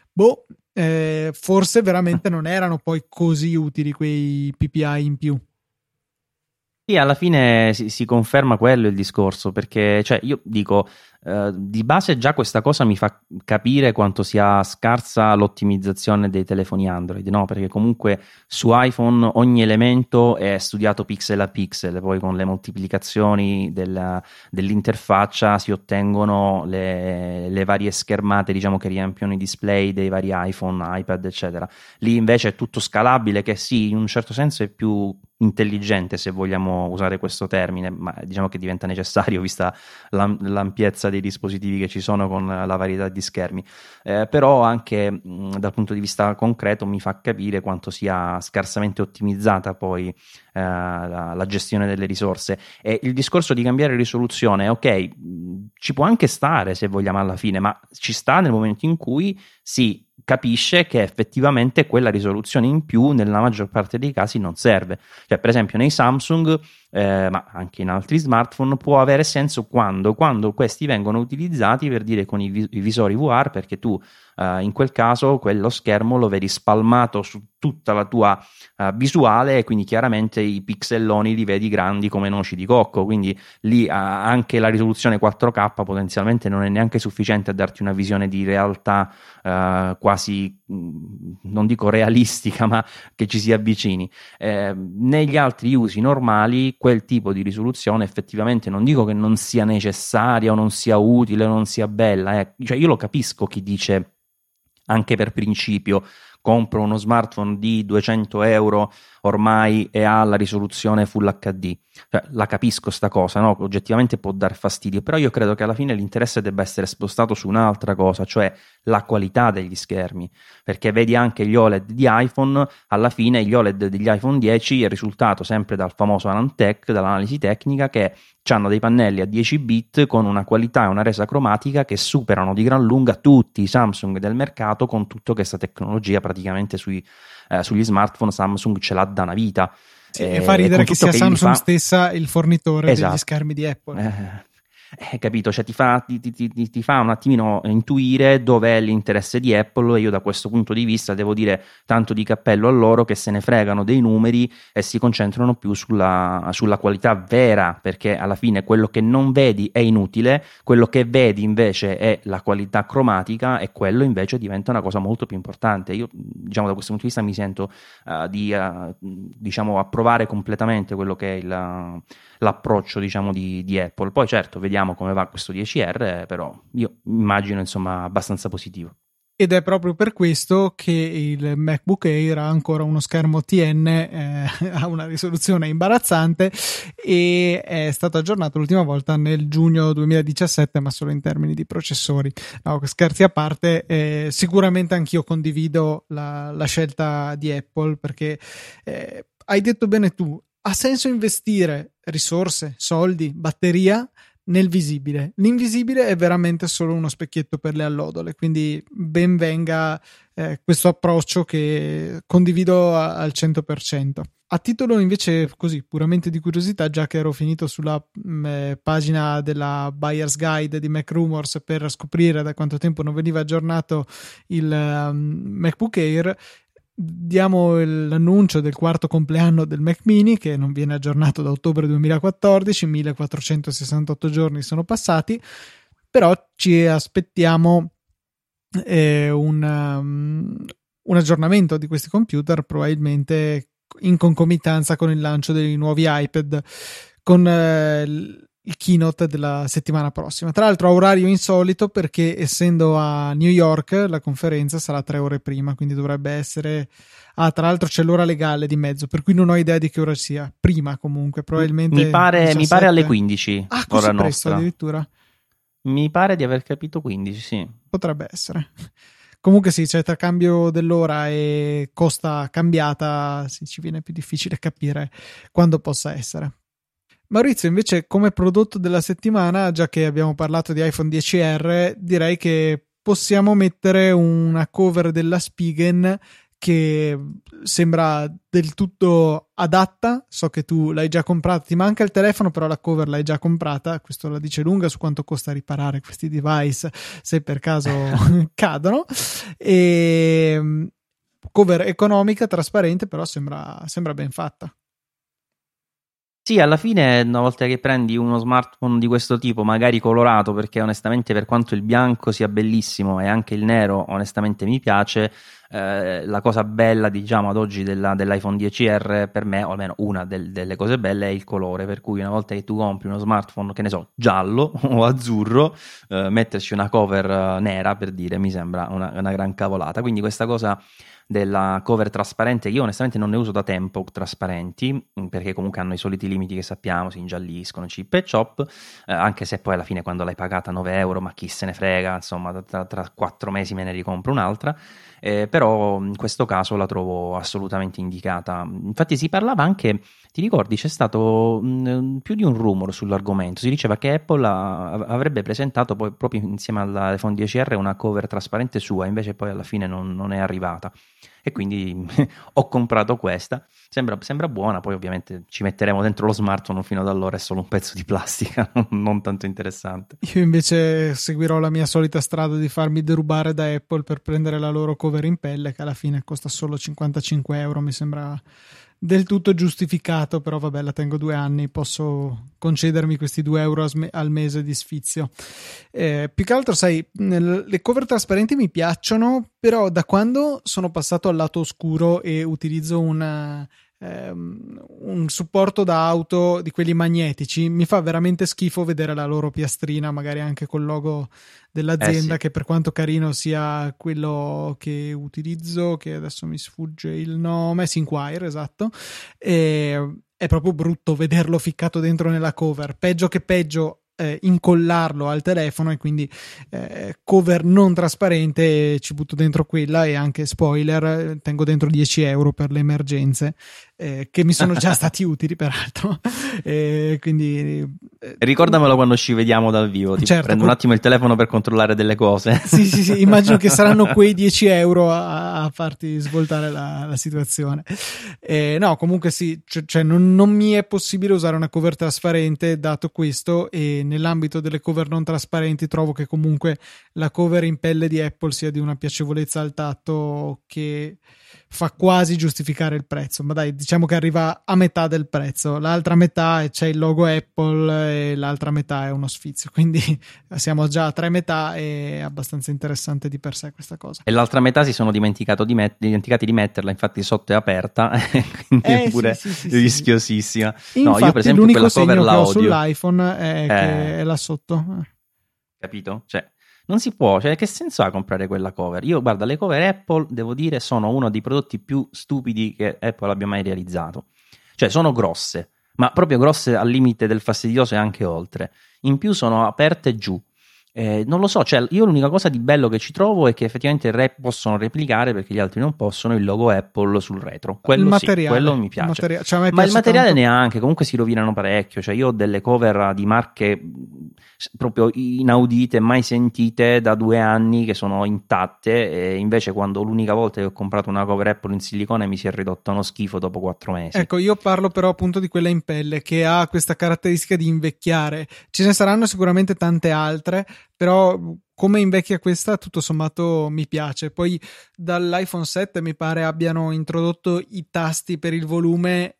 Forse veramente non erano poi così utili quei PPI in più. Sì, alla fine si conferma quello il discorso, perché cioè, io dico, di base già questa cosa mi fa capire quanto sia scarsa l'ottimizzazione dei telefoni Android, no? Perché comunque su iPhone ogni elemento è studiato pixel a pixel, poi con le moltiplicazioni dell'interfaccia si ottengono le varie schermate, diciamo, che riempiono i display dei vari iPhone, iPad, eccetera. Lì invece è tutto scalabile, che sì, in un certo senso è più intelligente, se vogliamo usare questo termine, ma diciamo che diventa necessario vista l'ampiezza dei dispositivi che ci sono con la varietà di schermi, però anche dal punto di vista concreto mi fa capire quanto sia scarsamente ottimizzata poi la gestione delle risorse. E il discorso di cambiare risoluzione, ok, ci può anche stare se vogliamo alla fine, ma ci sta nel momento in cui si capisce che effettivamente quella risoluzione in più nella maggior parte dei casi non serve. Cioè, per esempio nei Samsung, ma anche in altri smartphone, può avere senso quando questi vengono utilizzati, per dire, con i visori VR, perché tu in quel caso quello schermo lo vedi spalmato su tutta la tua visuale, e quindi chiaramente i pixelloni li vedi grandi come noci di cocco, quindi lì anche la risoluzione 4K potenzialmente non è neanche sufficiente a darti una visione di realtà quasi, non dico realistica, ma che ci si avvicini. Negli altri usi normali quel tipo di risoluzione effettivamente, non dico che non sia necessaria o non sia utile o non sia bella, cioè io lo capisco chi dice anche per principio compro uno smartphone di 200 euro ormai e ha la risoluzione Full HD, cioè, la capisco sta cosa, no? Oggettivamente può dar fastidio, però io credo che alla fine l'interesse debba essere spostato su un'altra cosa, cioè la qualità degli schermi, perché vedi anche gli OLED di iPhone, alla fine gli OLED degli iPhone 10 è il risultato sempre dal famoso Anantec, dall'analisi tecnica, che hanno dei pannelli a 10 bit con una qualità e una resa cromatica che superano di gran lunga tutti i Samsung del mercato, con tutto che questa tecnologia praticamente sugli smartphone Samsung ce l'ha da una vita. Sì, e fa ridere che sia Samsung stessa il fornitore degli schermi di Apple. Capito? Cioè ti fa un attimino intuire dov'è l'interesse di Apple, e io da questo punto di vista devo dire tanto di cappello a loro, che se ne fregano dei numeri e si concentrano più sulla qualità vera, perché alla fine quello che non vedi è inutile, quello che vedi invece è la qualità cromatica, e quello invece diventa una cosa molto più importante. Io, diciamo, da questo punto di vista mi sento di diciamo approvare completamente quello che è l'approccio, diciamo, di Apple. Poi certo vediamo come va questo 10R, però io immagino insomma abbastanza positivo. Ed è proprio per questo che il MacBook Air ha ancora uno schermo TN, ha una risoluzione imbarazzante, e è stato aggiornato l'ultima volta nel giugno 2017, ma solo in termini di processori. No, scherzi a parte, sicuramente anch'io condivido la scelta di Apple, perché hai detto bene tu, ha senso investire risorse, soldi, batteria nel visibile. L'invisibile è veramente solo uno specchietto per le allodole, quindi ben venga questo approccio, che condivido al 100%. A titolo invece così puramente di curiosità, già che ero finito sulla pagina della Buyer's Guide di Mac Rumors per scoprire da quanto tempo non veniva aggiornato il MacBook Air, diamo l'annuncio del quarto compleanno del Mac Mini, che non viene aggiornato da ottobre 2014, 1468 giorni sono passati, però ci aspettiamo un aggiornamento di questi computer, probabilmente in concomitanza con il lancio dei nuovi iPad, con il keynote della settimana prossima. Tra l'altro a orario insolito, perché essendo a New York la conferenza sarà 3 ore prima, quindi dovrebbe essere tra l'altro c'è l'ora legale di mezzo, per cui non ho idea di che ora sia. Prima comunque, probabilmente mi pare alle 15. Così ora presto nostra. Addirittura Mi pare di aver capito 15, sì. Potrebbe essere. Comunque sì, cioè tra cambio dell'ora e costa cambiata ci viene più difficile capire quando possa essere. Maurizio, invece, come prodotto della settimana, già che abbiamo parlato di iPhone XR, direi che possiamo mettere una cover della Spigen che sembra del tutto adatta. So che tu l'hai già comprata, ti manca il telefono, però la cover l'hai già comprata. Questo la dice lunga su quanto costa riparare questi device se per caso cadono. E cover economica, trasparente, però sembra ben fatta. Sì, alla fine, una volta che prendi uno smartphone di questo tipo, magari colorato, perché onestamente per quanto il bianco sia bellissimo e anche il nero onestamente mi piace, la cosa bella, diciamo, ad oggi dell'iPhone XR, per me, o almeno una delle cose belle, è il colore, per cui una volta che tu compri uno smartphone, che ne so, giallo o azzurro, metterci una cover nera, per dire, mi sembra una gran cavolata. Quindi questa cosa della cover trasparente, io onestamente non ne uso da tempo trasparenti, perché comunque hanno i soliti limiti che sappiamo, si ingialliscono, chip e chop, anche se poi alla fine quando l'hai pagata 9 euro, ma chi se ne frega, insomma tra 4 mesi me ne ricompro un'altra, però in questo caso la trovo assolutamente indicata. Infatti si parlava anche, ti ricordi, c'è stato più di un rumor sull'argomento, si diceva che Apple avrebbe presentato poi proprio insieme all'iPhone XR una cover trasparente sua, invece poi alla fine non è arrivata. e quindi ho comprato questa. Sembra buona, poi ovviamente ci metteremo dentro lo smartphone fino ad allora, è solo un pezzo di plastica, non tanto interessante. Io invece seguirò la mia solita strada di farmi derubare da Apple per prendere la loro cover in pelle, che alla fine costa solo 55 euro, mi sembra del tutto giustificato, però vabbè, la tengo 2 anni, posso concedermi questi 2 euro al mese di sfizio. Più che altro, sai, le cover trasparenti mi piacciono, però da quando sono passato al lato oscuro e utilizzo un supporto da auto di quelli magnetici, mi fa veramente schifo vedere la loro piastrina, magari anche col logo dell'azienda, Sì. che per quanto carino sia quello che utilizzo, che adesso mi sfugge il nome, Synquire, esatto, è proprio brutto vederlo ficcato dentro nella cover, peggio che peggio incollarlo al telefono, e quindi cover non trasparente, ci butto dentro quella, e anche spoiler, tengo dentro 10 euro per le emergenze, che mi sono già stati utili peraltro, quindi Ricordamelo quando ci vediamo dal vivo, ti certo, prendo un attimo il telefono per controllare delle cose. sì, immagino che saranno quei 10 euro a farti svoltare la situazione. No, comunque sì, cioè non mi è possibile usare una cover trasparente dato questo, e nell'ambito delle cover non trasparenti trovo che comunque la cover in pelle di Apple sia di una piacevolezza al tatto che fa quasi giustificare il prezzo, ma dai, diciamo che arriva a metà del prezzo, l'altra metà c'è il logo Apple e l'altra metà è uno sfizio, quindi siamo già a 3 metà, e è abbastanza interessante di per sé questa cosa. E l'altra metà si sono dimenticati di metterla, infatti sotto è aperta, quindi è pure rischiosissima. Infatti, no, io per esempio l'unico quella cover segno che la ho odio. sull'iPhone è che è là sotto. Capito? Cioè, non si può, cioè che senso ha comprare quella cover? Io, guarda, le cover Apple, devo dire, sono uno dei prodotti più stupidi che Apple abbia mai realizzato. Cioè, sono grosse, ma proprio grosse al limite del fastidioso e anche oltre. In più sono aperte giù. Non lo so, cioè io l'unica cosa di bello che ci trovo è che effettivamente possono replicare, perché gli altri non possono, il logo Apple sul retro. Quello il materiale, sì, quello mi piace. Cioè, ma il materiale tanto... neanche, comunque si rovinano parecchio. Cioè io ho delle cover di marche proprio inaudite, mai sentite da 2 anni, che sono intatte, e invece quando l'unica volta che ho comprato una cover Apple in silicone mi si è ridotta uno schifo dopo 4 mesi. Ecco, io parlo però appunto di quella in pelle, che ha questa caratteristica di invecchiare. Ce ne saranno sicuramente tante altre, però come invecchia questa tutto sommato mi piace. Poi dall'iPhone 7 mi pare abbiano introdotto i tasti per il volume,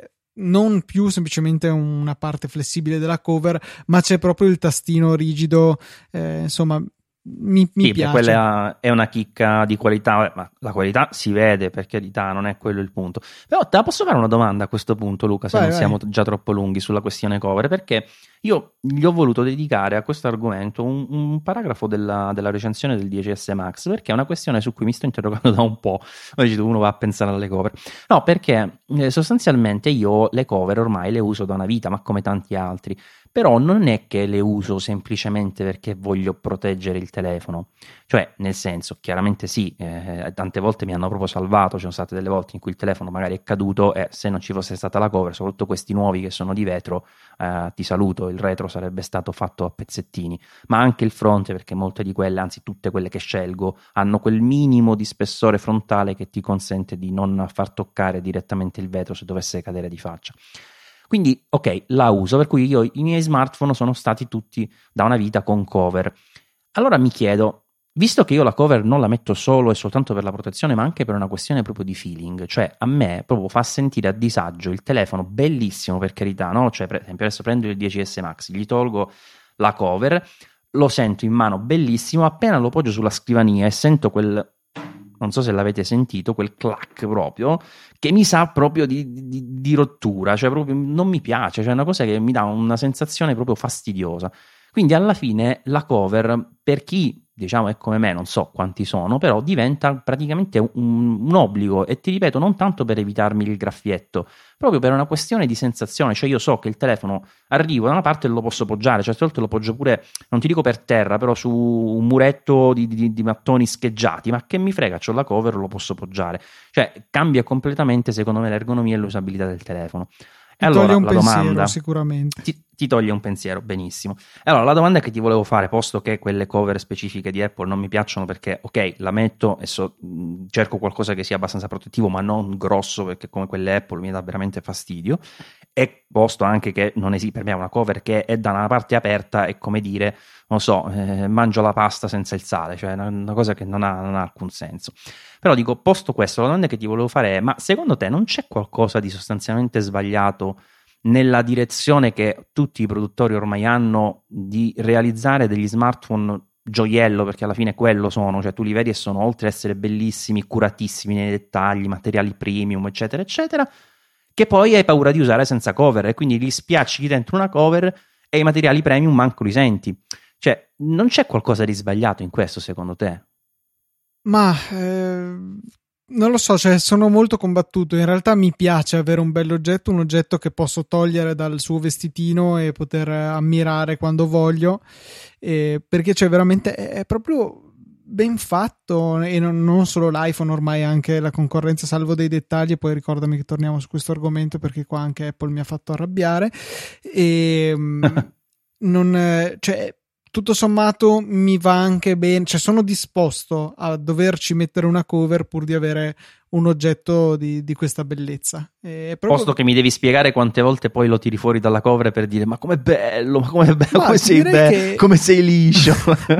non più semplicemente una parte flessibile della cover, ma c'è proprio il tastino rigido, insomma mi piace. Quella è una chicca di qualità, ma la qualità si vede, per carità, non è quello il punto. Però te la posso fare una domanda a questo punto, Luca, se non siamo già troppo lunghi sulla questione cover, perché io gli ho voluto dedicare a questo argomento un paragrafo della recensione del 10S Max, perché è una questione su cui mi sto interrogando da un po'. Uno va a pensare alle cover. No, perché sostanzialmente io le cover ormai le uso da una vita, ma come tanti altri. Però non è che le uso semplicemente perché voglio proteggere il telefono, cioè nel senso, chiaramente sì, tante volte mi hanno proprio salvato, ci sono state delle volte in cui il telefono magari è caduto e se non ci fosse stata la cover, soprattutto questi nuovi che sono di vetro, ti saluto, il retro sarebbe stato fatto a pezzettini, ma anche il fronte, perché molte di quelle, anzi tutte quelle che scelgo, hanno quel minimo di spessore frontale che ti consente di non far toccare direttamente il vetro se dovesse cadere di faccia. Quindi, ok, la uso, per cui i miei smartphone sono stati tutti da una vita con cover. Allora mi chiedo, visto che io la cover non la metto solo e soltanto per la protezione, ma anche per una questione proprio di feeling, cioè a me proprio fa sentire a disagio il telefono, bellissimo per carità, no? Cioè per esempio adesso prendo il 10S Max, gli tolgo la cover, lo sento in mano bellissimo, appena lo poggio sulla scrivania e sento quel... non so se l'avete sentito, quel clack proprio, che mi sa proprio di rottura, cioè proprio non mi piace, cioè è una cosa che mi dà una sensazione proprio fastidiosa. Quindi alla fine la cover, per chi diciamo è come me, non so quanti sono, però diventa praticamente un obbligo, e ti ripeto, non tanto per evitarmi il graffietto, proprio per una questione di sensazione, cioè io so che il telefono arrivo da una parte e lo posso poggiare, certe volte lo poggio pure, non ti dico per terra, però su un muretto di mattoni scheggiati, ma che mi frega, c'ho la cover, lo posso poggiare, cioè cambia completamente secondo me l'ergonomia e l'usabilità del telefono. E allora toglie un la pensiero, domanda sicuramente. ti toglie un pensiero, benissimo. Allora, la domanda che ti volevo fare, posto che quelle cover specifiche di Apple non mi piacciono perché, ok, la metto e cerco qualcosa che sia abbastanza protettivo, ma non grosso, perché come quelle Apple mi dà veramente fastidio, e posto anche che non esiste, per me una cover che è da una parte aperta è come dire, non so, mangio la pasta senza il sale, cioè una cosa che non ha alcun senso. Però dico, posto questo, la domanda che ti volevo fare è, ma secondo te non c'è qualcosa di sostanzialmente sbagliato nella direzione che tutti i produttori ormai hanno di realizzare degli smartphone gioiello, perché alla fine quello sono, cioè tu li vedi e sono, oltre ad essere bellissimi, curatissimi nei dettagli, materiali premium, eccetera, eccetera, che poi hai paura di usare senza cover e quindi li spiacci dentro una cover e i materiali premium manco li senti. Cioè, non c'è qualcosa di sbagliato in questo secondo te? Ma non lo so, cioè sono molto combattuto. In realtà mi piace avere un bell'oggetto, un oggetto che posso togliere dal suo vestitino e poter ammirare quando voglio, perché cioè veramente è proprio ben fatto, e non solo l'iPhone, ormai anche la concorrenza, salvo dei dettagli. E poi ricordami che torniamo su questo argomento, perché qua anche Apple mi ha fatto arrabbiare. E non, cioè, tutto sommato mi va anche bene, cioè sono disposto a doverci mettere una cover pur di avere un oggetto di questa bellezza. Posto che mi devi spiegare quante volte poi lo tiri fuori dalla cover per dire ma com'è bello, come sei bello, come sei liscio.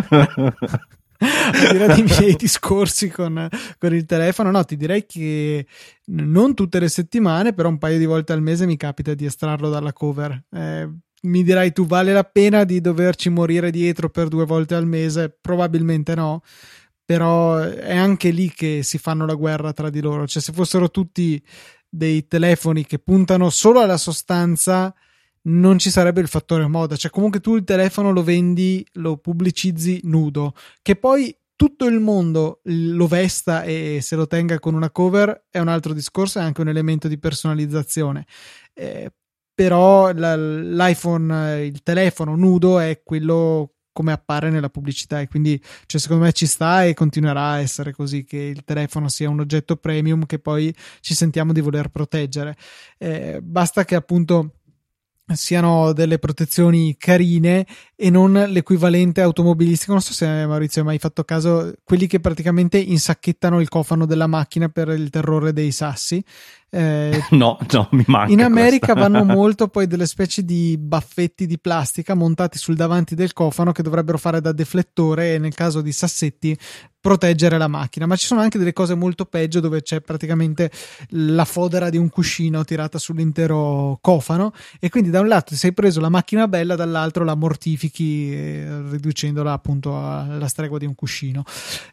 A dire dei miei discorsi con il telefono, no, ti direi che non tutte le settimane, però un paio di volte al mese mi capita di estrarlo dalla cover. Mi dirai tu, vale la pena di doverci morire dietro per 2 volte al mese? Probabilmente no, però è anche lì che si fanno la guerra tra di loro. Cioè, se fossero tutti dei telefoni che puntano solo alla sostanza, non ci sarebbe il fattore moda. Cioè, comunque tu il telefono lo vendi, lo pubblicizzi nudo, che poi tutto il mondo lo vesta e se lo tenga con una cover è un altro discorso, è anche un elemento di personalizzazione. Però l'iPhone, il telefono nudo è quello come appare nella pubblicità, e quindi cioè, secondo me ci sta e continuerà a essere così, che il telefono sia un oggetto premium che poi ci sentiamo di voler proteggere. Basta che appunto siano delle protezioni carine e non l'equivalente automobilistico. Non so se Maurizio hai mai fatto caso, quelli che praticamente insacchettano il cofano della macchina per il terrore dei sassi. No, mi manca. In America vanno molto poi delle specie di baffetti di plastica montati sul davanti del cofano che dovrebbero fare da deflettore e nel caso di sassetti proteggere la macchina. Ma ci sono anche delle cose molto peggio, dove c'è praticamente la fodera di un cuscino tirata sull'intero cofano, e quindi da un lato ti sei preso la macchina bella, dall'altro la mortifichi riducendola appunto alla stregua di un cuscino.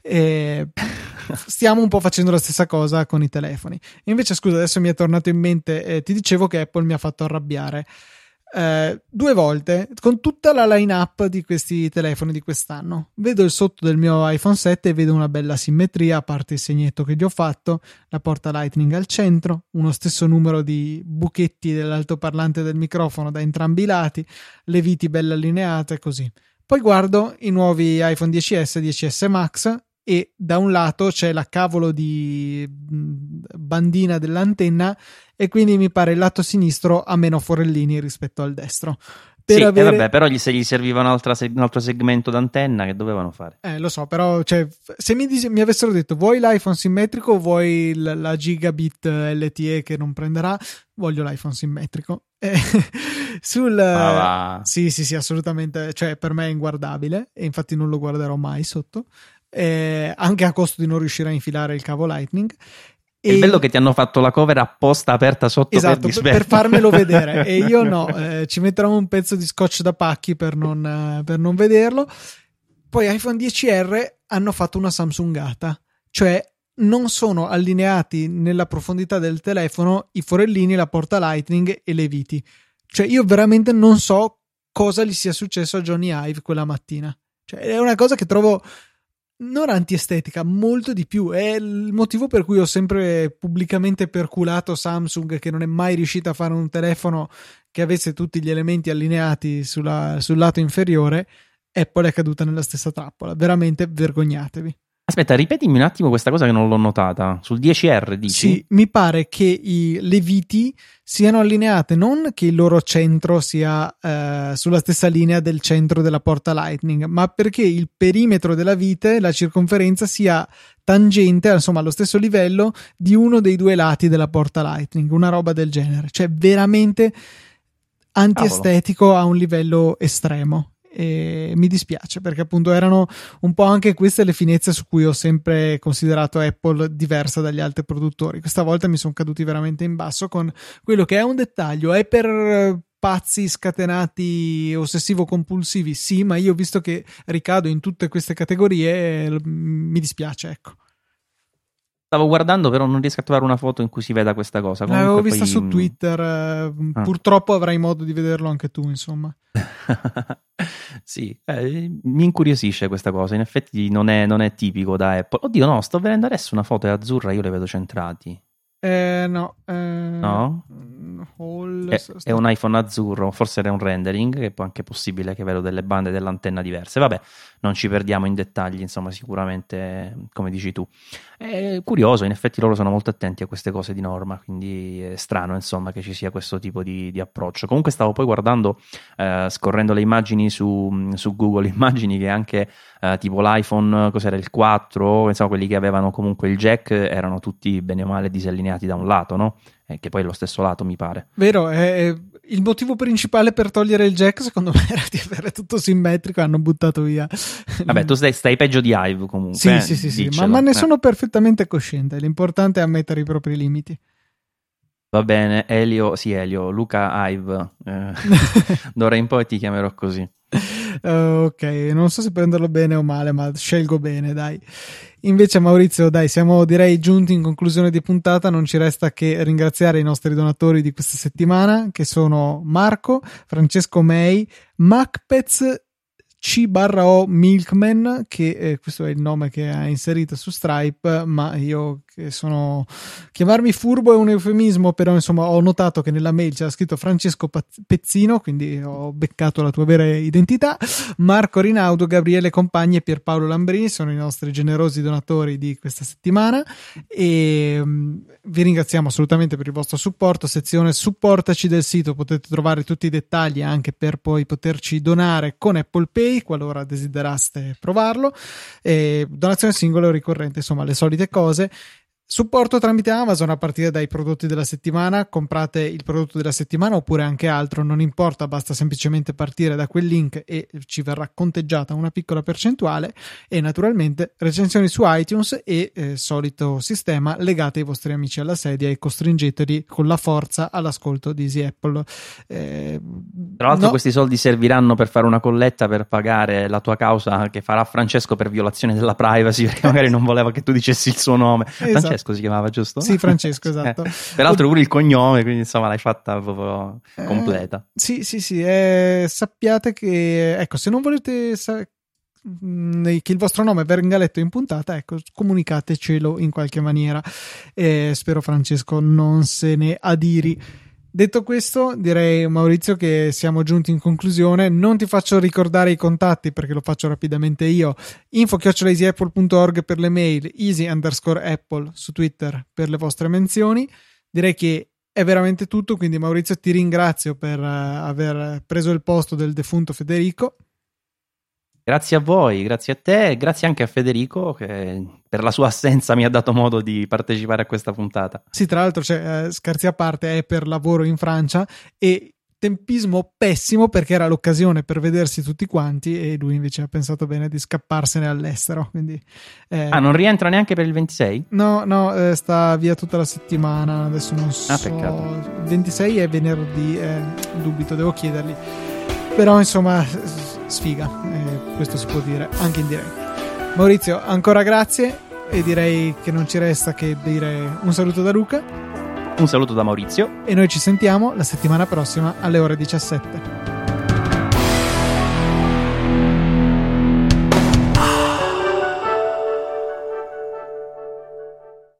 Stiamo un po' facendo la stessa cosa con i telefoni. E invece, scusa, adesso mi è tornato in mente, ti dicevo che Apple mi ha fatto arrabbiare 2 volte con tutta la line-up di questi telefoni di quest'anno. Vedo il sotto del mio iPhone 7 e vedo una bella simmetria, a parte il segnetto che gli ho fatto, la porta Lightning al centro, uno stesso numero di buchetti dell'altoparlante del microfono da entrambi i lati, le viti belle allineate, così. Poi guardo i nuovi iPhone 10S, 10S Max, e da un lato c'è la cavolo di bandina dell'antenna, e quindi mi pare il lato sinistro ha meno forellini rispetto al destro. Sì, vabbè, però se gli serviva un altro segmento d'antenna, che dovevano fare? Lo so, però cioè, se mi avessero detto vuoi l'iPhone simmetrico o vuoi la gigabit LTE che non prenderà, voglio l'iPhone simmetrico. Sì, assolutamente, cioè per me è inguardabile, e infatti non lo guarderò mai sotto, anche a costo di non riuscire a infilare il cavo Lightning. È bello che ti hanno fatto la cover apposta aperta sotto, esatto, per farmelo vedere, e io no, ci metterò un pezzo di scotch da pacchi per non vederlo. Poi iPhone 10R hanno fatto una Samsungata, cioè non sono allineati nella profondità del telefono i forellini, la porta Lightning e le viti. Cioè io veramente non so cosa gli sia successo a Johnny Ive quella mattina. Cioè è una cosa che trovo non antiestetica, molto di più. È il motivo per cui ho sempre pubblicamente perculato Samsung, che non è mai riuscita a fare un telefono che avesse tutti gli elementi allineati sul lato inferiore. Apple è caduta nella stessa trappola. Veramente vergognatevi. Aspetta, ripetimi un attimo questa cosa che non l'ho notata. Sul 10R dici? Sì, mi pare che le viti siano allineate, non che il loro centro sia sulla stessa linea del centro della porta Lightning, ma perché il perimetro della vite, la circonferenza, sia tangente, insomma, allo stesso livello di uno dei due lati della porta Lightning, una roba del genere. Cioè, veramente antiestetico a un livello estremo. E mi dispiace perché appunto erano un po' anche queste le finezze su cui ho sempre considerato Apple diversa dagli altri produttori. Questa volta mi sono caduti veramente in basso con quello che è un dettaglio. È per pazzi scatenati ossessivo compulsivi, sì, ma io, visto che ricado in tutte queste categorie, mi dispiace, ecco. Stavo guardando, però non riesco a trovare una foto in cui si veda questa cosa. L'avevo vista su Twitter, purtroppo avrai modo di vederlo anche tu, insomma. Sì, mi incuriosisce questa cosa. In effetti non è tipico da Apple. Oddio, no, sto vedendo adesso una foto, è azzurra, io le vedo centrati. No. No? È un iPhone azzurro, forse era un rendering, che è anche possibile che vedo delle bande dell'antenna diverse. Vabbè, non ci perdiamo in dettagli, insomma, sicuramente, come dici tu. È curioso, in effetti loro sono molto attenti a queste cose di norma, quindi è strano, insomma, che ci sia questo tipo di approccio. Comunque stavo poi guardando, scorrendo le immagini su Google Immagini, che anche tipo l'iPhone, cos'era, il 4, insomma, quelli che avevano comunque il jack erano tutti bene o male disallineati da un lato, no? Che poi è lo stesso lato, mi pare. Vero, il motivo principale per togliere il jack, secondo me, era di avere tutto simmetrico e hanno buttato via. Vabbè, tu stai peggio di Hive comunque. Sì, ma ne sono perfettamente cosciente. L'importante è ammettere i propri limiti. Va bene, Elio, Luca Hive. D'ora in poi ti chiamerò così. Ok, non so se prenderlo bene o male, ma scelgo bene, dai. Invece, Maurizio, dai, siamo direi giunti in conclusione di puntata. Non ci resta che ringraziare i nostri donatori di questa settimana, che sono Marco, Francesco May, Macpets C/O Milkman, che questo è il nome che ha inserito su Stripe, ma io che sono, chiamarmi furbo è un eufemismo, però insomma ho notato che nella mail c'era scritto Francesco Pezzino, quindi ho beccato la tua vera identità. Marco Rinaudo, Gabriele Compagni e Pierpaolo Lambrini sono i nostri generosi donatori di questa settimana e vi ringraziamo assolutamente per il vostro supporto. Sezione supportaci del sito, potete trovare tutti i dettagli anche per poi poterci donare con Apple Pay qualora desideraste provarlo, donazione singola o ricorrente, insomma le solite cose. Supporto tramite Amazon a partire dai prodotti della settimana. Comprate il prodotto della settimana oppure anche altro, non importa, basta semplicemente partire da quel link e ci verrà conteggiata una piccola percentuale. E naturalmente recensioni su iTunes e solito sistema: legate i vostri amici alla sedia e costringeteli con la forza all'ascolto di Easy Apple. Tra l'altro questi soldi serviranno per fare una colletta per pagare la tua causa che farà Francesco per violazione della privacy, perché magari non voleva che tu dicessi il suo nome. Esatto. Francesco si chiamava, giusto? Sì, Francesco, esatto. Peraltro pure il cognome, quindi insomma l'hai fatta proprio completa. Sì. Sappiate che, ecco, se non volete che il vostro nome venga letto in puntata, ecco, comunicatecelo in qualche maniera. Spero Francesco non se ne adiri. Detto questo, direi, Maurizio, che siamo giunti in conclusione. Non ti faccio ricordare i contatti perché lo faccio rapidamente io. info@easyapple.org per le mail, easy_apple su Twitter per le vostre menzioni. Direi che è veramente tutto, quindi Maurizio ti ringrazio per aver preso il posto del defunto Federico. Grazie a voi, grazie a te e grazie anche a Federico che per la sua assenza mi ha dato modo di partecipare a questa puntata. Sì, tra l'altro, scherzi a parte, è per lavoro in Francia e tempismo pessimo perché era l'occasione per vedersi tutti quanti e lui invece ha pensato bene di scapparsene all'estero. Quindi, non rientra neanche per il 26? No, sta via tutta la settimana, adesso non so. Peccato. Il 26 è venerdì, dubito, devo chiedergli. Però insomma, sfiga, questo si può dire anche in diretta. Maurizio, ancora grazie e direi che non ci resta che dire un saluto da Luca. Un saluto da Maurizio. E noi ci sentiamo la settimana prossima alle ore 17.